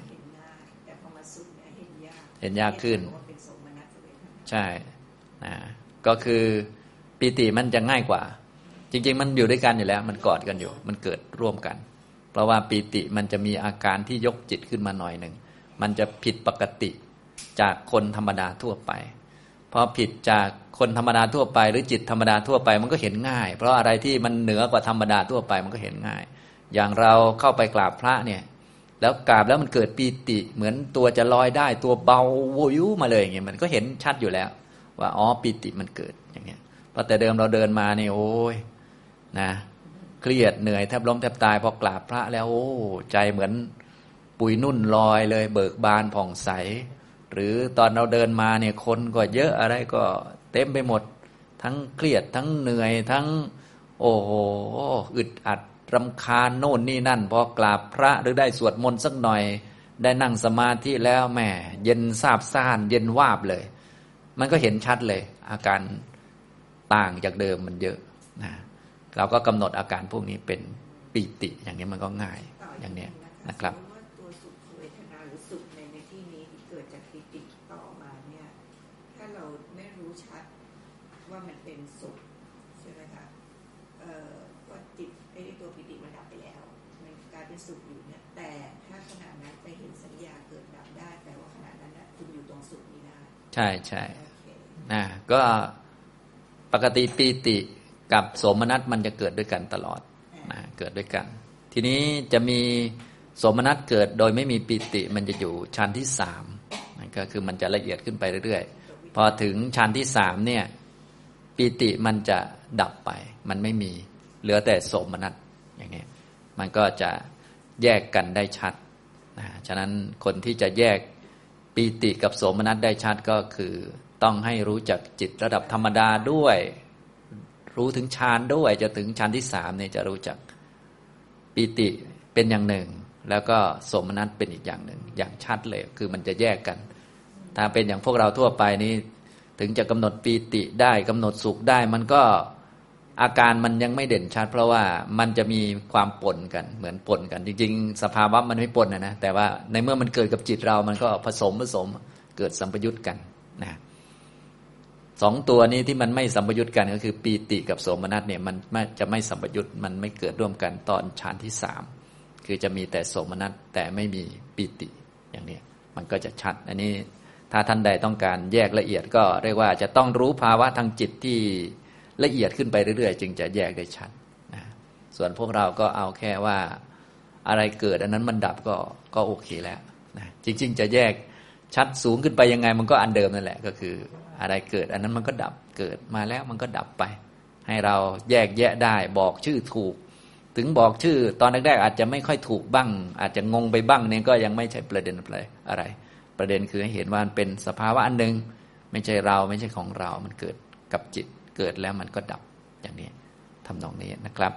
เห็นยากขึ้นใช่นะก็คือปีติมันจะง่ายกว่าจริงๆมันอยู่ด้วยกันอยู่แล้วมันกอดกันอยู่มันเกิดร่วมกันเพราะว่าปีติมันจะมีอาการที่ยกจิตขึ้นมาหน่อยหนึ่งมันจะผิดปกติจากคนธรรมดาทั่วไปพอผิดจากคนธรรมดาทั่วไปหรือจิตธรรมดาทั่วไปมันก็เห็นง่ายเพราะอะไรที่มันเหนือกว่าธรรมดาทั่วไปมันก็เห็นง่ายอย่างเราเข้าไปกราบพระเนี่ยแล้วกราบแล้วมันเกิดปีติเหมือนตัวจะลอยได้ตัวเบาวิวมาเลยอย่างเงี้ยมันก็เห็นชัดอยู่แล้วว่าอ๋อปีติมันเกิดอย่างเงี้ยเพราะแต่เดิมเราเดินมาเนี่ยโอ้ยนะเครียดเหนื่อยแทบล้มแทบตายพอกราบพระแล้วโอ้ใจเหมือนปุยนุ่นลอยเลยเบิกบานผ่องใสหรือตอนเราเดินมาเนี่ยคนก็เยอะอะไรก็เต็มไปหมดทั้งเครียดทั้งเหนื่อยทั้งโอ้โหอึดอัดรำคาญโน่นนี่นั่นพอกราบพระหรือได้สวดมนต์สักหน่อยได้นั่งสมาธิแล้วแหมเย็นซาบซ่านเย็นวาบเลยมันก็เห็นชัดเลยอาการต่างจากเดิมมันเยอะนะเราก็กำหนดอาการพวกนี้เป็นปีติอย่างนี้มันก็ง่ายอย่างนี้นะครับว่าตัวสุขเวทนาหรือสุขในในที่นี้ที่เกิดจากปีติต่อมาเนี่ยถ้าเราไม่รู้ชัดว่ามันเป็นสุขใช่ไหมคะเอ่อว่าจิตไอ้ตัวปีติมันดับไปแล้วมันกลายเป็นสุขอยู่เนี่ยแต่ถ้าขณะนั้นไปเห็นสัญญาเกิดดับได้แปลว่าขณะนั้นนะคุณอยู่ตรงสุขนี้ได้ใช่ใช่นะก็ปกติปีติกับโสมนัสมันจะเกิดด้วยกันตลอดนะเกิดด้วยกันทีนี้จะมีโสมนัสเกิดโดยไม่มีปีติมันจะอยู่ชั้นที่สามนั่นก็คือมันจะละเอียดขึ้นไปเรื่อยๆพอถึงชั้นที่สามเนี่ยปีติมันจะดับไปมันไม่มีเหลือแต่โสมนัสอย่างนี้มันก็จะแยกกันได้ชัดนะฉะนั้นคนที่จะแยกปีติกับโสมนัสได้ชัดก็คือต้องให้รู้จักจิตระดับธรรมดาด้วยรู้ถึงฌานด้วยจะถึงฌานที่สามเนี่ยจะรู้จักปีติเป็นอย่างหนึ่งแล้วก็โสมนัสเป็นอีกอย่างหนึ่งอย่างชัดเลยคือมันจะแยกกันถ้าเป็นอย่างพวกเราทั่วไปนี้ถึงจะกำหนดปีติได้กำหนดสุขได้มันก็อาการมันยังไม่เด่นชัดเพราะว่ามันจะมีความปนกันเหมือนปนกันจริงๆสภาวะมันไม่ปนนะนะแต่ว่าในเมื่อมันเกิดกับจิตเรามันก็ผสมผสมเกิดสัมปยุตกันนะสองตัวนี้ที่มันไม่สัมปยุตกันก็คือปีติกับโสมนัสเนี่ยมันจะไม่สัมปยุตมันไม่เกิดร่วมกันตอนฌานที่สามคือจะมีแต่โสมนัสแต่ไม่มีปีติอย่างนี้มันก็จะชัดอันนี้ถ้าท่านใดต้องการแยกละเอียดก็เรียกว่าจะต้องรู้ภาวะทางจิตที่ละเอียดขึ้นไปเรื่อยๆจึงจะแยกได้ชัดนะส่วนพวกเราก็เอาแค่ว่าอะไรเกิดอันนั้นมันดับก็ก็โอเคแล้วนะจริงๆจะแยกชัดสูงขึ้นไปยังไงมันก็อันเดิมนั่นแหละก็คืออะไรเกิดอันนั้นมันก็ดับเกิดมาแล้วมันก็ดับไปให้เราแยกแยะได้บอกชื่อถูกถึงบอกชื่อตอนแรกๆอาจจะไม่ค่อยถูกบ้างอาจจะงงไปบ้างเนี่ยก็ยังไม่ใช่ประเด็นอะไรประเด็นคือให้เห็นว่ามันเป็นสภาวะอันหนึ่งไม่ใช่เราไม่ใช่ของเรามันเกิดกับจิตเกิดแล้วมันก็ดับอย่างนี้ทำนองนี้นะครับ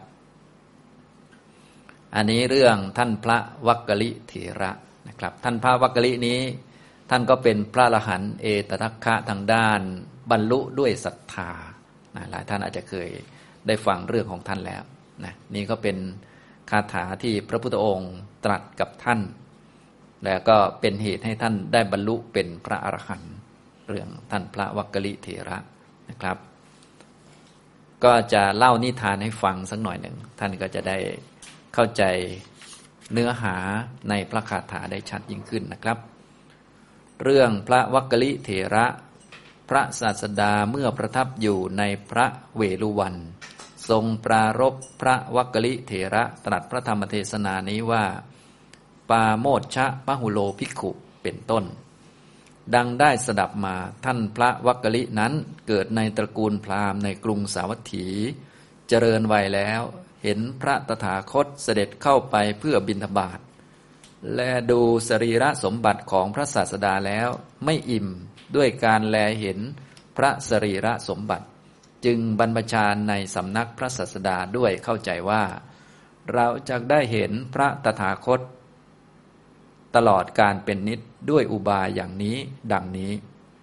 อันนี้เรื่องท่านพระวักกลิเถระนะครับท่านพระวักกลินี้ท่านก็เป็นพระอรหันต์เอตทัคคะทางด้านบรรลุด้วยศรัทธานะหลายท่านอาจจะเคยได้ฟังเรื่องของท่านแล้วนะนี่ก็เป็นคาถาที่พระพุทธองค์ตรัสกับท่านแล้วก็เป็นเหตุให้ท่านได้บรรลุเป็นพระอรหันต์เรื่องท่านพระวักกลิเถระนะครับก็จะเล่านิทานให้ฟังสักหน่อยหนึ่งท่านก็จะได้เข้าใจเนื้อหาในพระคาถาได้ชัดยิ่งขึ้นนะครับเรื่องพระวักกลิเถระพระศาสดาเมื่อประทับอยู่ในพระเวฬุวันทรงปรารภพระวักกลิเถระตรัสพระธรรมเทศนานี้ว่าปาโมชฌะพหุโลภิกขุเป็นต้นดังได้สดับมาท่านพระวักกลินั้นเกิดในตระกูลพราหมณ์ในกรุงสาวัตถีเจริญวัยแล้วเห็นพระตถาคตเสด็จเข้าไปเพื่อบิณฑบาตและดูสรีระสมบัติของพระศาสดาแล้วไม่อิ่มด้วยการแลเห็นพระสรีระสมบัติจึงบรรพชาในสำนักพระศาสดาด้วยเข้าใจว่าเราจะได้เห็นพระตถาคตตลอดการเป็นนิจด้วยอุบายอย่างนี้ดังนี้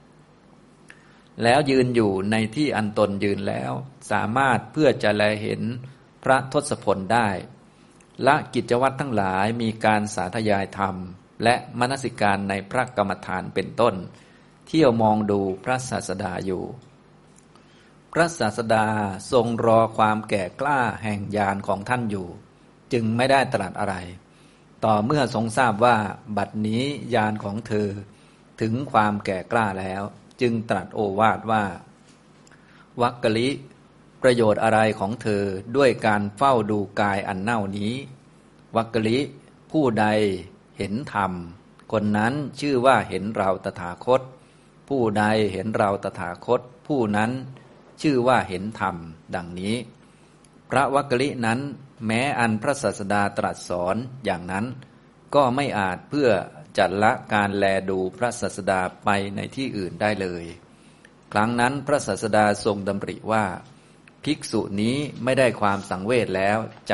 แล้วยืนอยู่ในที่อันตนยืนแล้วสามารถเพื่อจะแลเห็นพระทศพลได้ละกิจวัตรทั้งหลายมีการสาธยายธรรมและมนสิการในพระกรรมฐานเป็นต้นเที่ยวมองดูพระศาสดาอยู่พระศาสดาทรงรอความแก่กล้าแห่งญาณของท่านอยู่จึงไม่ได้ตรัสอะไรต่อเมื่อทรงทราบว่าบัดนี้ญาณของเธอถึงความแก่กล้าแล้วจึงตรัสโอวาทว่าวักกลิประโยชน์อะไรของเธอด้วยการเฝ้าดูกายอันเน่านี้วักกลิผู้ใดเห็นธรรมคนนั้นชื่อว่าเห็นเราตถาคตผู้ใดเห็นเราตถาคตผู้นั้นชื่อว่าเห็นธรรมดังนี้พระวักกลินั้นแม้อันพระศาสดาตรัสสอนอย่างนั้นก็ไม่อาจเพื่อจัดละการแลดูพระศาสดาไปในที่อื่นได้เลยครั้งนั้นพระศาสดาทรงดำริว่าภิกษุนี้ไม่ได้ความสังเวชแล้วจัก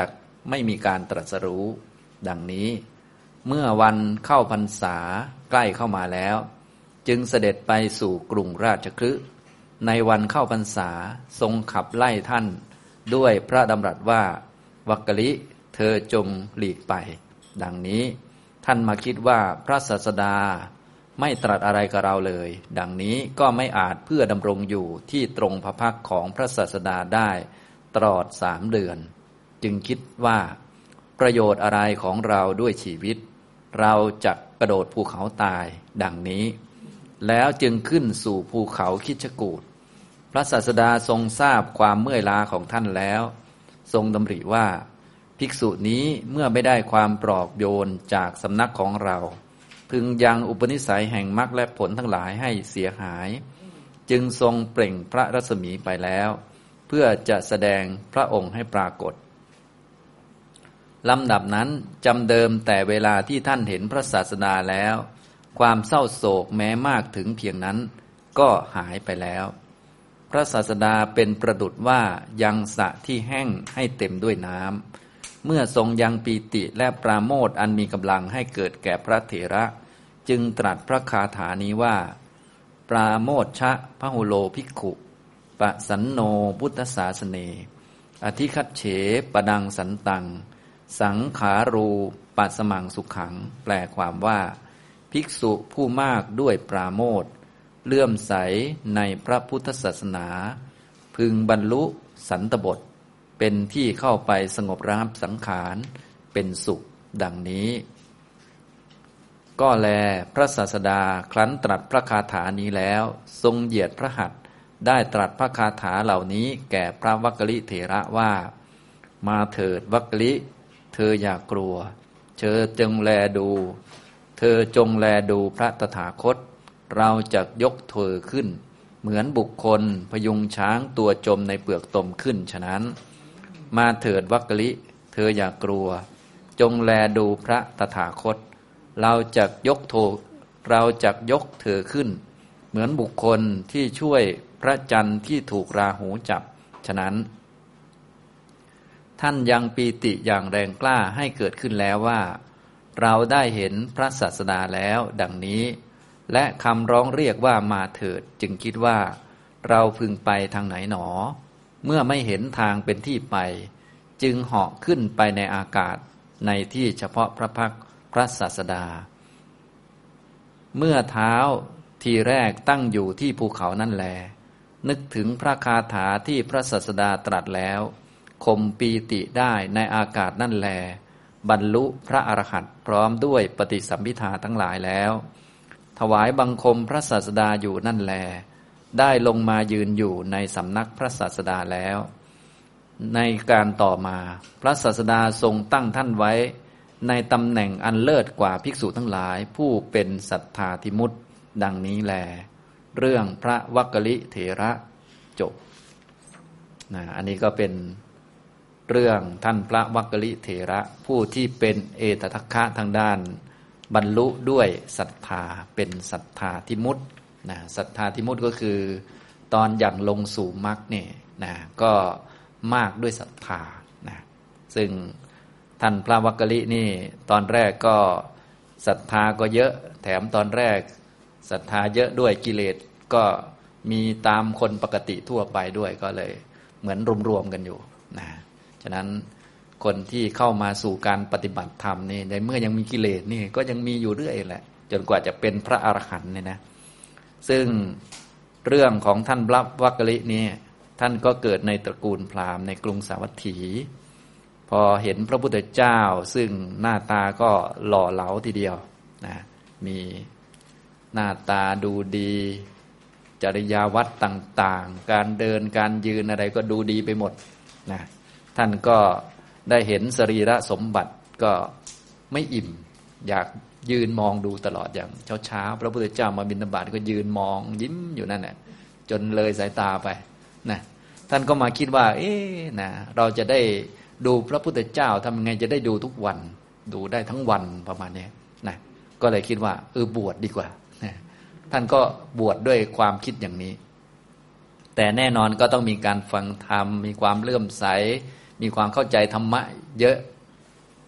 ไม่มีการตรัสรู้ดังนี้เมื่อวันเข้าพรรษาใกล้เข้ามาแล้วจึงเสด็จไปสู่กรุงราชคฤห์ในวันเข้าพรรษาทรงขับไล่ท่านด้วยพระดำรัสว่าวักกลิเธอจงหลีกไปดังนี้ท่านมาคิดว่าพระศาสดาไม่ตรัสอะไรกับเราเลยดังนี้ก็ไม่อาจเพื่อดำรงอยู่ที่ตรงพระพักของพระศาสดาได้ตลอดสามเดือนจึงคิดว่าประโยชน์อะไรของเราด้วยชีวิตเราจะกระโดดภูเขาตายดังนี้แล้วจึงขึ้นสู่ภูเขาคิชกูฏพระศาสดาทรงทราบความเมื่อยล้าของท่านแล้วทรงดำริว่าภิกษุนี้เมื่อไม่ได้ความปลอบโยนจากสำนักของเราพึงยังอุปนิสัยแห่งมรรคและผลทั้งหลายให้เสียหายจึงทรงเปล่งพระรัศมีไปแล้วเพื่อจะแสดงพระองค์ให้ปรากฏลำดับนั้นจำเดิมแต่เวลาที่ท่านเห็นพระศาสดาแล้วความเศร้าโศกแม้มากถึงเพียงนั้นก็หายไปแล้วพระศาสดาเป็นประดุจว่ายังสระที่แห้งให้เต็มด้วยน้ำเมื่อทรงยังปีติและปราโมทย์อันมีกำลังให้เกิดแก่พระเถระจึงตรัสพระคาถานี้ว่าปราโมทชะพหุโลภิกขุปะสันโนพุทธศาสเนอธิคัจเฉปดังสันตังสังขารูปัสมังสุขังแปลความว่าภิกษุผู้มากด้วยปราโมทย์เลื่อมใสในพระพุทธศาสนาพึงบรรลุสันตบทเป็นที่เข้าไปสงบระงับสังขารเป็นสุขดังนี้ก็แลพระศาสดาครั้นตรัสพระคาถานี้แล้วทรงเหยียดพระหัตถ์ได้ตรัสพระคาถาเหล่านี้แก่พระวักกลิเถระว่ามาเถิดวักกลิเธออย่ากลัวเธอจงแลดูเธอจงแลดูพระตถาคตเราจะยกเธอขึ้นเหมือนบุคคลพยุงช้างตัวจมในเปลือกตมขึ้นฉะนั้นมาเถิดวักกลิเธออย่ากลัวจงแลดูพระตถาคตเราจะยกโธเราจะยกเธอขึ้นเหมือนบุคคลที่ช่วยพระจันทร์ที่ถูกราหูจับฉะนั้นท่านยังปีติอย่างแรงกล้าให้เกิดขึ้นแล้วว่าเราได้เห็นพระศาสดาแล้วดังนี้และคำร้องเรียกว่ามาเถิดจึงคิดว่าเราพึงไปทางไหนหนอเมื่อไม่เห็นทางเป็นที่ไปจึงเหาะขึ้นไปในอากาศในที่เฉพาะพระพักตร์พระศาสดาเมื่อเท้าทีแรกตั้งอยู่ที่ภูเขานั่นแลนึกถึงพระคาถาที่พระศาสดาตรัสแล้วข่มปีติได้ในอากาศนั่นแลบรรลุพระอรหันต์พร้อมด้วยปฏิสัมภิทาทั้งหลายแล้วถวายบังคมพระศาสดาอยู่นั่นแลได้ลงมายืนอยู่ในสำนักพระศาสดาแล้วในการต่อมาพระศาสดาทรงตั้งท่านไว้ในตำแหน่งอันเลิศกว่าภิกษุทั้งหลายผู้เป็นสัทธาธิมุตดังนี้แลเรื่องพระวักกลิเถระจบนะอันนี้ก็เป็นเรื่องท่านพระวักกลิเถระผู้ที่เป็นเอตทัคคะทางด้านบรรลุด้วยศรัทธาเป็นศรัทธาธิมุตนะศรัทธาธิมุตก็คือตอนอย่างลงสู่มรรคเนี่ยนะก็มากด้วยศรัทธานะซึ่งท่านพระวักกลินี่ตอนแรกก็ศรัทธาก็เยอะแถมตอนแรกศรัทธาเยอะด้วยกิเลสก็มีตามคนปกติทั่วไปด้วยก็เลยเหมือนรวมๆกันอยู่นะฉะนั้นคนที่เข้ามาสู่การปฏิบัติธรรมนี่ในเมื่อยังมีกิเลสนี่ก็ยังมีอยู่เรื่อยแหละจนกว่าจะเป็นพระอรหันต์เนี่ยนะซึ่งเรื่องของท่านพระวักกลินี่ท่านก็เกิดในตระกูลพราหมณ์ในกรุงสาวัตถีพอเห็นพระพุทธเจ้าซึ่งหน้าตาก็หล่อเหลาทีเดียวนะมีหน้าตาดูดีจริยาวัดต่างๆการเดินการยืนอะไรก็ดูดีไปหมดนะท่านก็ได้เห็นสรีระสมบัติก็ไม่อิ่มอยากยืนมองดูตลอดอย่างเช้าๆพระพุทธเจ้ามาบิณฑบาตก็ยืนมองยิ้มอยู่นั่นแหละจนเลยสายตาไปนะท่านก็มาคิดว่าเอ๊ะนะเราจะได้ดูพระพุทธเจ้าทำยังไงจะได้ดูทุกวันดูได้ทั้งวันประมาณนี้นะก็เลยคิดว่าเออบวชดีกว่านะท่านก็บวชด้วยความคิดอย่างนี้แต่แน่นอนก็ต้องมีการฟังธรรมมีความเลื่อมใสมีความเข้าใจธรรมะเยอะ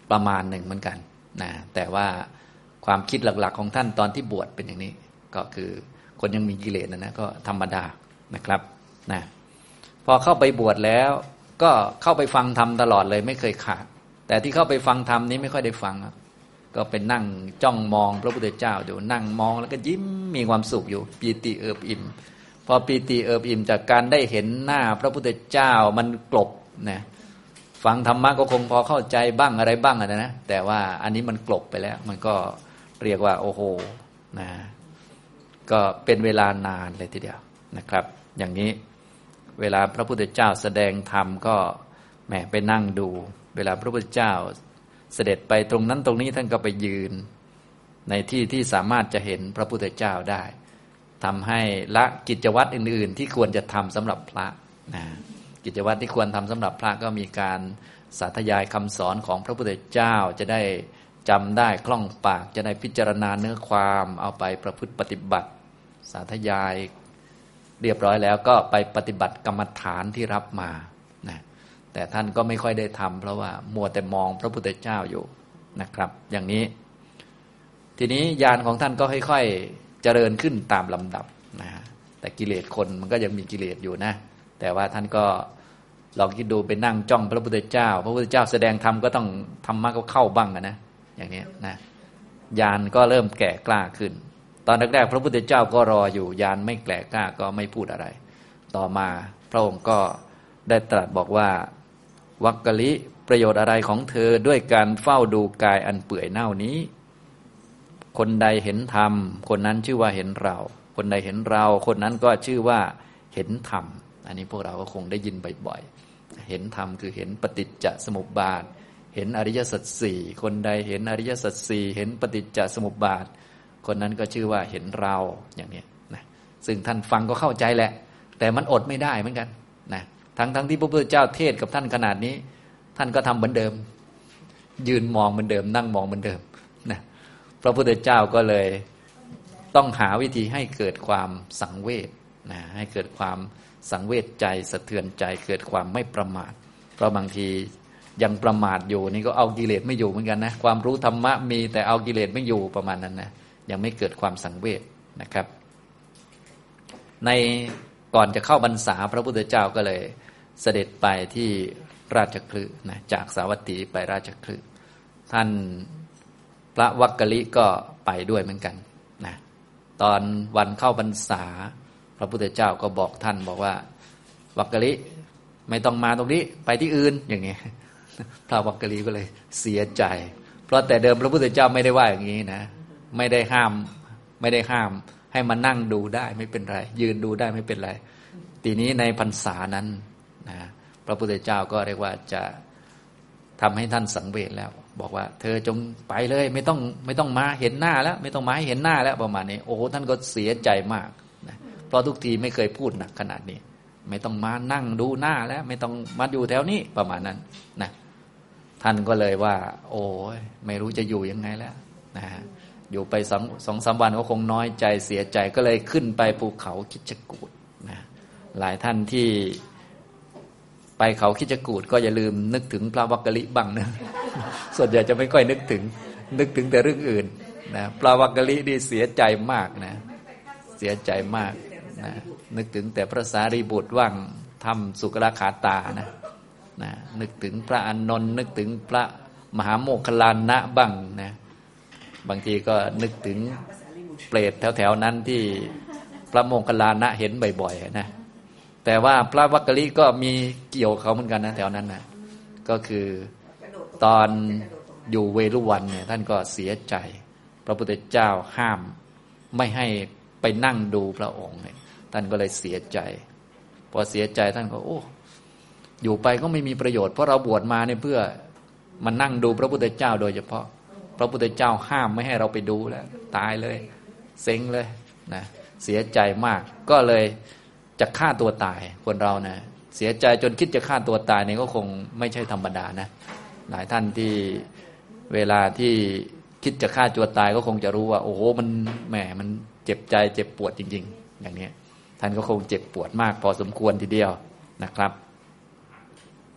ประมาณหนึ่งเหมือนกันนะแต่ว่าความคิดหลักๆของท่านตอนที่บวชเป็นอย่างนี้ก็คือคนยังมีกิเลสนะนะก็ธรรมดานะครับนะพอเข้าไปบวชแล้วก็เข้าไปฟังธรรมตลอดเลยไม่เคยขาดแต่ที่เข้าไปฟังธรรมนี้ไม่ค่อยได้ฟังก็เป็นนั่งจ้องมองพระพุทธเจ้าอยู่นั่งมองแล้วก็ยิ้มมีความสุขอยู่ปีติเอิบอิ่มพอปีติเอิบอิ่มจากการได้เห็นหน้าพระพุทธเจ้ามันกลบนะฟังธรรมะก็คงพอเข้าใจบ้างอะไรบ้างนะนะแต่ว่าอันนี้มันกลบไปแล้วมันก็เรียกว่าโอ้โหนะก็เป็นเวลานานเลยทีเดียวนะครับอย่างนี้เวลาพระพุทธเจ้าแสดงธรรมก็แหมไปนั่งดูเวลาพระพุทธเจ้าเสด็จไปตรงนั้นตรงนี้ท่านก็ไปยืนในที่ที่สามารถจะเห็นพระพุทธเจ้าได้ทำให้ละกิจวัตรอื่นๆที่ควรจะทำสำหรับพระนะกิจวัตรที่ควรทำสำหรับพระก็มีการสาธยายคำสอนของพระพุทธเจ้าจะได้จำได้คล่องปากจะได้พิจารณาเนื้อความเอาไปประพฤติปฏิบัติสาธยายเรียบร้อยแล้วก็ไปปฏิบัติกรรมฐานที่รับมานะแต่ท่านก็ไม่ค่อยได้ทำเพราะว่ามัวแต่มองพระพุทธเจ้าอยู่นะครับอย่างนี้ทีนี้ญาณของท่านก็ค่อยๆเจริญขึ้นตามลำดับนะแต่กิเลสคนมันก็ยังมีกิเลสอยู่นะแต่ว่าท่านก็ลองคิดดูไปนั่งจ้องพระพุทธเจ้าพระพุทธเจ้าแสดงธรรมก็ต้องธรรมะก็เข้าบ้างนะอย่างนี้นะญาณก็เริ่มแก่กล้าขึ้นตอนแรกๆพระพุทธเจ้าก็รออยู่ญาณไม่แก่กล้าก็ไม่พูดอะไรต่อมาพระองค์ก็ได้ตรัสบอกว่าวักกะลิประโยชน์อะไรของเธอด้วยการเฝ้าดูกายอันเปื่อยเน่านี้คนใดเห็นธรรมคนนั้นชื่อว่าเห็นเราคนใดเห็นเราคนนั้นก็ชื่อว่าเห็นธรรมอันนี้พวกเราก็คงได้ยินบ่อยๆเห็นธรรมคือเห็นปฏิจจสมุปบาทเห็นอริยสัจสี่คนใดเห็นอริยสัจสี่เห็นปฏิจจสมุปบาทคนนั้นก็ชื่อว่าเห็นเราอย่างนี้นะซึ่งท่านฟังก็เข้าใจแหละแต่มันอดไม่ได้เหมือนกันนะทั้งทั้งที่พระพุทธเจ้าเทศกับท่านขนาดนี้ท่านก็ทำเหมือนเดิมยืนมองเหมือนเดิมนั่งมองเหมือนเดิมนะพระพุทธเจ้าก็เลยต้องหาวิธีให้เกิดความสังเวชนะให้เกิดความสังเวชใจสะเทือนใจเกิดความไม่ประมาทเพราะบางทียังประมาทอยู่นี่ก็เอากิเลสไม่อยู่เหมือนกันนะความรู้ธรรมะมีแต่เอากิเลสไม่อยู่ประมาณนั้นนะยังไม่เกิดความสังเวชนะครับในก่อนจะเข้าพรรษาพระพุทธเจ้าก็เลยเสด็จไปที่ราชคฤห์นะจากสาวัตถีไปราชคฤห์ท่านพระวักกะลิก็ไปด้วยเหมือนกันนะตอนวันเข้าพรรษาพระพุทธเจ้าก็บอกท่านบอกว่าวักกะลิไม่ต้องมาตรงนี้ไปที่อื่นอย่างนี้พระวักกะลิก็เลยเสียใจเพราะแต่เดิมพระพุทธเจ้าไม่ได้ว่าอย่างนี้นะไม่ได้ห้ามไม่ได้ห้ามให้มานั่งดูได้ไม่เป็นไรยืนดูได้ไม่เป็นไรทีนี้ในพรรษานั้นนะพระพุทธเจ้าก็เรียกว่าจะทำให้ท่านสังเวชแล้วบอกว่าเธอจงไปเลยไม่ต้องไม่ต้องมาเห็นหน้าแล้วไม่ต้องมาให้เห็นหน้าแล้วประมาณนี้โอ้โหท่านก็เสียใจมากนะเพราะทุกทีไม่เคยพูดหนักขนาดนี้ไม่ต้องมานั่งดูหน้าแล้วไม่ต้องมาอยู่แถวนี้ประมาณนั้นนะท่านก็เลยว่าโอ้ยไม่รู้จะอยู่ยังไงแล้วนะอยู่ไปสองสองสามวันก็คงน้อยใจเสียใจก็เลยขึ้นไปภูเขาคิชกูฏนะหลายท่านที่ไปเขาคิชกูฏก็อย่าลืมนึกถึงพระวักกะลิบ้างนะส่วนใหญ่จะไม่ค่อยนึกถึงนึกถึงแต่เรื่องอื่นนะพระวักกะลินี่เสียใจมากนะเสียใจมากนะนึกถึงแต่พระสารีบุตรว่างทำสุกราขาตานะนะนึกถึงพระอานนท์นึกถึงพระมหาโมคคัลลานะบ้างนะบางทีก็นึกถึงเปรตแถวๆนั้นที่พระโมคคัลลานะเห็นบ่อยๆนะแต่ว่าพระวักกะลิก็มีเกี่ยวเขาเหมือนกันนะแถวนั้นนะก็คือตอนอยู่เวรุวันเนี่ยท่านก็เสียใจพระพุทธเจ้าห้ามไม่ให้ไปนั่งดูพระองค์เนี่ยท่านก็เลยเสียใจพอเสียใจท่านก็โอ้อยู่ไปก็ไม่มีประโยชน์เพราะเราบวชมาเนี่ยเพื่อมานั่งดูพระพุทธเจ้าโดยเฉพาะพระพุทธเจ้าห้ามไม่ให้เราไปดูแล้วตายเลยเซ็งเลยนะเสียใจมากก็เลยจะฆ่าตัวตายคนเรานะเสียใจจนคิดจะฆ่าตัวตายนี่ก็คงไม่ใช่ธรรมดานะหลายท่านที่เวลาที่คิดจะฆ่าตัวตายก็คงจะรู้ว่าโอ้โหมันแหมมันเจ็บใจเจ็บปวดจริงๆอย่างนี้ท่านก็คงเจ็บปวดมากพอสมควรทีเดียวนะครับท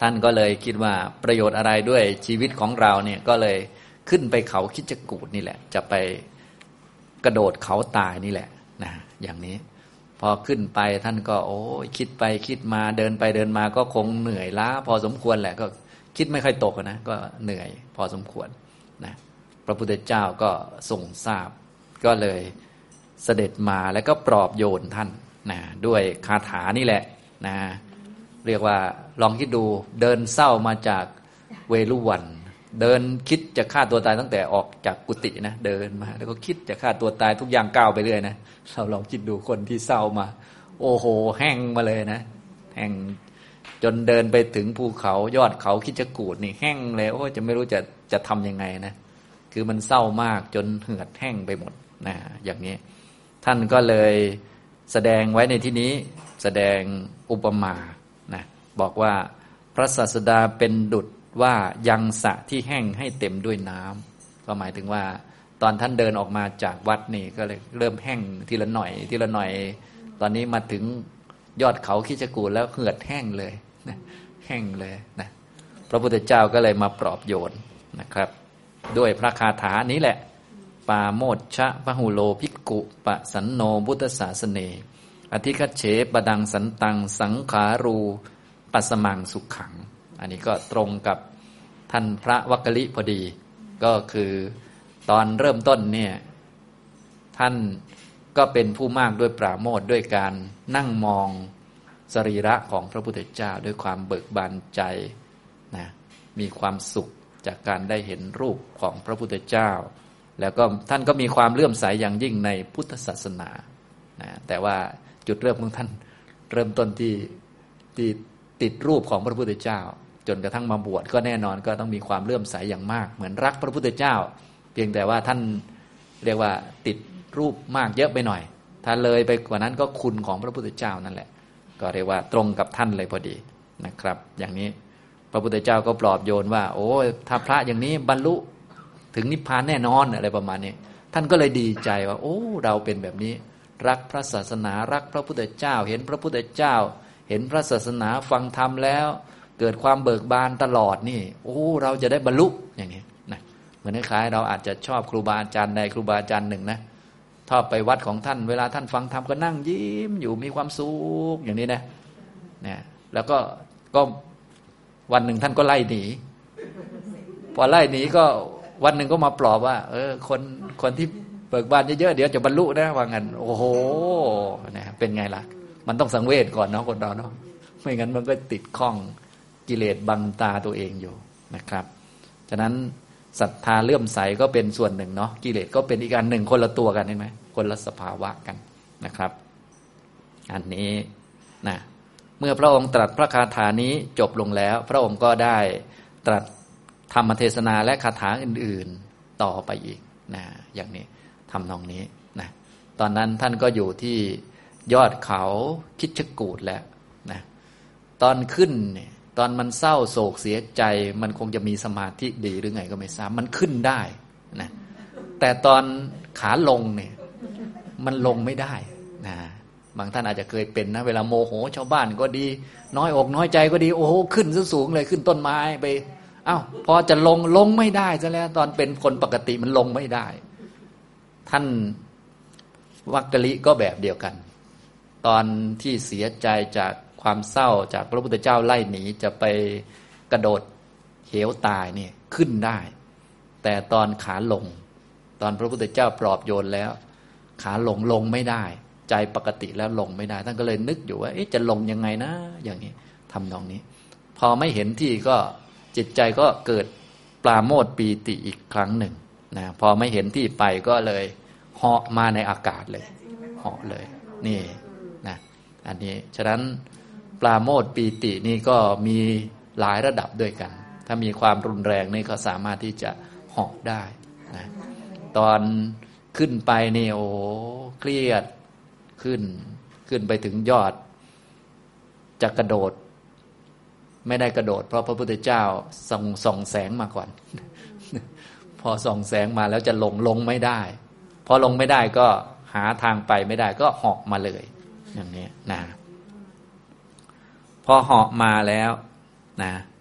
ท่านก็เลยคิดว่าประโยชน์อะไรด้วยชีวิตของเราเนี่ยก็เลยขึ้นไปเขาคิดจกูฏนี่แหละจะไปกระโดดเขาตายนี่แหละนะอย่างนี้พอขึ้นไปท่านก็โอ้ยคิดไปคิดมาเดินไปเดินมาก็คงเหนื่อยล้าพอสมควรแหละก็คิดไม่ค่อยตกนะก็เหนื่อยพอสมควรนะพระพุทธเจ้าก็ทรงทราบก็เลยเสด็จมาแล้วก็ปลอบโยนท่านนะด้วยคาถานี่แหละนะเรียกว่าลองคิดดูเดินเศร้ามาจากเวรุวันเดินคิดจะฆ่าตัวตายตั้งแต่ออกจากกุฏินะเดินมาแล้วก็คิดจะฆ่าตัวตายทุกอย่างก้าวไปเรื่อยนะเราลองคิดดูคนที่เศร้ามาโอ้โหแห้งมาเลยนะแห้งจนเดินไปถึงภูเขายอดเขาคิดจะกูดนี่แห้งเลยโอ้จะไม่รู้จะจะทำยังไงนะคือมันเศร้ามากจนเหือดแห้งไปหมดนะอย่างนี้ท่านก็เลยแสดงไว้ในที่นี้แสดงอุปมานะบอกว่าพระศาสดาเป็นดุจว่ายังสระที่แห้งให้เต็มด้วยน้ำก็หมายถึงว่าตอนท่านเดินออกมาจากวัดนี่ก็เลยเริ่มแห้งทีละหน่อยทีละหน่อยตอนนี้มาถึงยอดเขาคิชกูฏแล้วเหือดแห้งเลยนะแห้งเลยนะพระพุทธเจ้าก็เลยมาปลอบโยนนะครับด้วยพระคาถานี้แหละปาโมชชะพหุโลภิกขุปะสันโนพุทธศาสเนอธิคัจเฉปดังสันตังสังขารูปัสมังสุขขังอันนี้ก็ตรงกับท่านพระวักกลิพอดีก็คือตอนเริ่มต้นเนี่ยท่านก็เป็นผู้มากด้วยปราโมทย์ด้วยการนั่งมองสรีระของพระพุทธเจ้าด้วยความเบิกบานใจนะมีความสุขจากการได้เห็นรูปของพระพุทธเจ้าแล้วก็ท่านก็มีความเลื่อมใสอย่างยิ่งในพุทธศาสนานะแต่ว่าจุดเริ่มของท่านเริ่มต้นที่ที่ติดรูปของพระพุทธเจ้าจนกระทั่งมาบวชก็แน่นอนก็ต้องมีความเลื่อมใสอย่างมากเหมือนรักพระพุทธเจ้าเพียงแต่ว่าท่านเรียกว่าติดรูปมากเยอะไปหน่อยถ้าเลยไปกว่านั้นก็คุณของพระพุทธเจ้านั่นแหละก็เรียกว่าตรงกับท่านเลยพอดีนะครับอย่างนี้พระพุทธเจ้าก็ปลอบโยนว่าโอ้ถ้าพระอย่างนี้บรรลุถึงนิพพานแน่นอนอะไรประมาณนี้ท่านก็เลยดีใจว่าโอ้เราเป็นแบบนี้รักพระศาสนารักพระพุทธเจ้าเห็นพระพุทธเจ้าเห็นพระศาสนาฟังธรรมแล้วเกิดความเบิกบานตลอดนี่โอ้เราจะได้บรรลุอย่างนี้นะเหมือนคล้ายๆเราอาจจะชอบครูบาอาจารย์ใดครูบาอาจารย์หนึ่งนะชอบไปวัดของท่านเวลาท่านฟังธรรมก็นั่งยิ้มอยู่มีความสุขอย่างนี้นะเนี่ยแล้วก็ก็วันหนึ่งท่านก็ไล่หนีพอไล่หนีก็วันหนึ่งก็มาปลอบว่าเออคนคนที่เบิกบานเยอะๆเดี๋ยวจะบรรลุนะว่างั้นโอ้โหนะเป็นไงล่ะมันต้องสังเวชก่อนเนาะคนเราเนาะไม่งั้นมันก็ติดข้องกิเลสบังตาตัวเองอยู่นะครับฉะนั้นศรัทธาเลื่อมใสก็เป็นส่วนหนึ่งเนาะกิเลสก็เป็นอีกอันหนึ่งคนละตัวกันเห็นไหมคนละสภาวะกันนะครับอันนี้นะเมื่อพระองค์ตรัสพระคาถานี้จบลงแล้วพระองค์ก็ได้ตรัสธรรมเทศนาและคาถาอื่นๆต่อไปอีกนะอย่างนี้ทำนองนี้นะตอนนั้นท่านก็อยู่ที่ยอดเขาคิชกูฏแล้วนะตอนขึ้นเนี่ยตอนมันเศร้าโศกเสียใจมันคงจะมีสมาธิดีหรือไงก็ไม่ทราบมันขึ้นได้นะแต่ตอนขาลงเนี่ยมันลงไม่ได้นะบางท่านอาจจะเคยเป็นนะเวลาโมโหชาวบ้านก็ดีน้อยอกน้อยใจก็ดีโอ้โหขึ้นสูงเลยขึ้นต้นไม้ไปอ้าวพอจะลงลงไม่ได้ซะแล้วตอนเป็นคนปกติมันลงไม่ได้ท่านวักกลิก็แบบเดียวกันตอนที่เสียใจจากความเศร้าจากพระพุทธเจ้าไล่หนีจะไปกระโดดเหวตายเนี่ยขึ้นได้แต่ตอนขาลงตอนพระพุทธเจ้าปลอบโยนแล้วขาลงลงไม่ได้ใจปกติแล้วลงไม่ได้ท่านก็เลยนึกอยู่ว่าเอ๊ะจะลงยังไงนะอย่างนี้ทำนองนี้พอไม่เห็นที่ก็จิตใจก็เกิดปราโมทย์ปีติอีกครั้งหนึ่งนะพอไม่เห็นที่ไปก็เลยเหาะมาในอากาศเลยเหาะเลยนี่นะอันนี้ฉะนั้นปราโมทย์ปีตินี่ก็มีหลายระดับด้วยกันถ้ามีความรุนแรงนี่ก็สามารถที่จะเหาะได้นะตอนขึ้นไปนี่โอ้เครียดขึ้นขึ้นไปถึงยอดจะกระโดดไม่ได้กระโดดเพราะพระพุทธเจ้าส่องส่องแสงมาก่อน พอส่องแสงมาแล้วจะลงลงไม่ได้พอลงไม่ได้ก็หาทางไปไม่ได้ก็เหาะมาเลยอย่างนี้นะพอเหาะมาแล้วนะ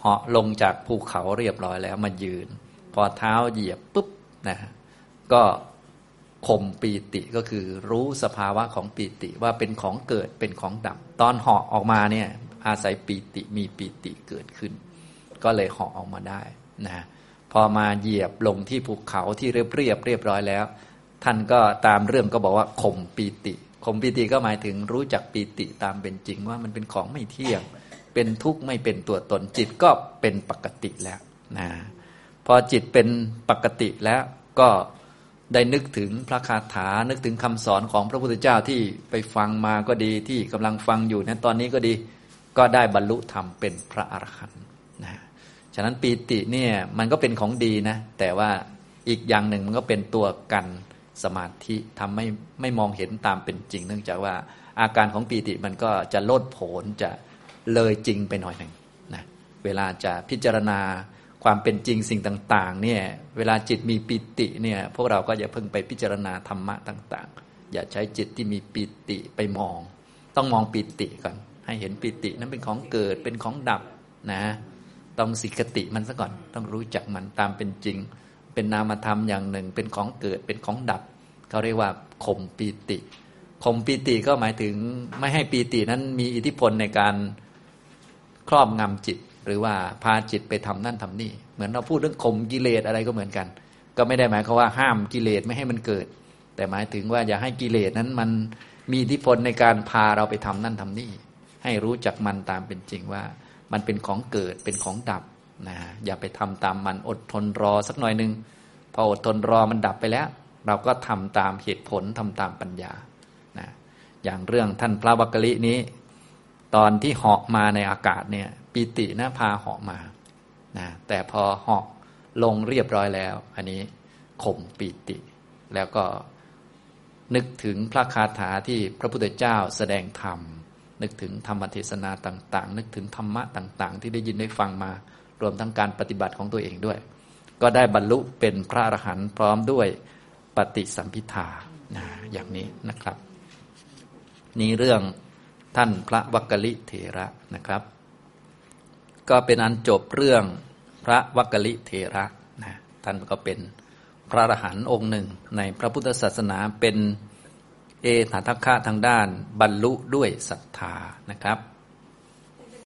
าะลงจากภูเขาเรียบร้อยแล้วมายืนพอเท้าเหยียบปุ๊บนะก็ข่มปีติก็คือรู้สภาวะของปีติว่าเป็นของเกิดเป็นของดับตอนเหาะออกมาเนี่ยอาศัยปีติมีปีติเกิดขึ้นก็เลยเหาะออกมาได้นะพอมาเหยียบลงที่ภูเขาที่เรียบเรียบเรียบร้อยแล้วท่านก็ตามเรื่องก็บอกว่าข่มปีติข่มปีติก็หมายถึงรู้จักปีติตามเป็นจริงว่ามันเป็นของไม่เที่ยงเป็นทุกข์ไม่เป็นตัวตนจิตก็เป็นปกติแล้วนะพอจิตเป็นปกติแล้วก็ได้นึกถึงพระคาถานึกถึงคำสอนของพระพุทธเจ้าที่ไปฟังมาก็ดีที่กำลังฟังอยู่ในตอนนี้ก็ดีก็ได้บรรลุธรรมเป็นพระอรหันต์นะฉะนั้นปีติเนี่ยมันก็เป็นของดีนะแต่ว่าอีกอย่างหนึ่งมันก็เป็นตัวกันสมาธิทำให้ไม่มองเห็นตามเป็นจริงเนื่องจากว่าอาการของปีติมันก็จะโลดโผนจะเลยจริงไปหน่อยหนึ่งนะเวลาจะพิจารณาความเป็นจริงสิ่งต่างๆเนี่ยเวลาจิตมีปิติเนี่ยพวกเราก็อย่าเพิ่งไปพิจารณาธรรมะต่างๆอย่าใช้จิตที่มีปิติไปมองต้องมองปิติก่อนให้เห็นปิตินั้นเป็นของเกิดเป็นของดับนะต้องสิกติมันซะก่อนต้องรู้จักมันตามเป็นจริงเป็นนามธรรมอย่างหนึ่งเป็นของเกิดเป็นของดับเขาเรียกว่าข่มปิติข่มปิติก็หมายถึงไม่ให้ปิตินั้นมีอิทธิพลในการครอบงำจิตหรือว่าพาจิตไปทำนั่นทำนี่เหมือนเราพูดเรื่องข่มกิเลสอะไรก็เหมือนกันก็ไม่ได้หมายความว่าห้ามกิเลสไม่ให้มันเกิดแต่หมายถึงว่าอย่าให้กิเลสนั้นมันมีอิทธิพลในการพาเราไปทำนั่นทำนี่ให้รู้จักมันตามเป็นจริงว่ามันเป็นของเกิดเป็นของดับนะอย่าไปทำตามมันอดทนรอสักหน่อยนึงพออดทนรอมันดับไปแล้วเราก็ทำตามเหตุผลทำตามปัญญานะอย่างเรื่องท่านพระวักกลินี้ตอนที่เหาะมาในอากาศเนี่ยปีตินะพาเหาะมานะแต่พอเหาะลงเรียบร้อยแล้วอันนี้ข่มปีติแล้วก็นึกถึงพระคาถาที่พระพุทธเจ้าแสดงธรรมนึกถึงธรรมเทศนาต่างๆนึกถึงธรรมะต่างๆที่ได้ยินได้ฟังมารวมทั้งการปฏิบัติของตัวเองด้วยก็ได้บรรลุเป็นพระอรหันต์พร้อมด้วยปฏิสัมภิทานะอย่างนี้นะครับนี่เรื่องท่านพระวักกลิเถระนะครับก็เป็นอันจบเรื่องพระวักกลิเถระนะท่านก็เป็นพระอรหันต์องค์หนึ่งในพระพุทธศาสนาเป็นเอตทัคคะทางด้านบรรลุด้วยศรัทธานะครับ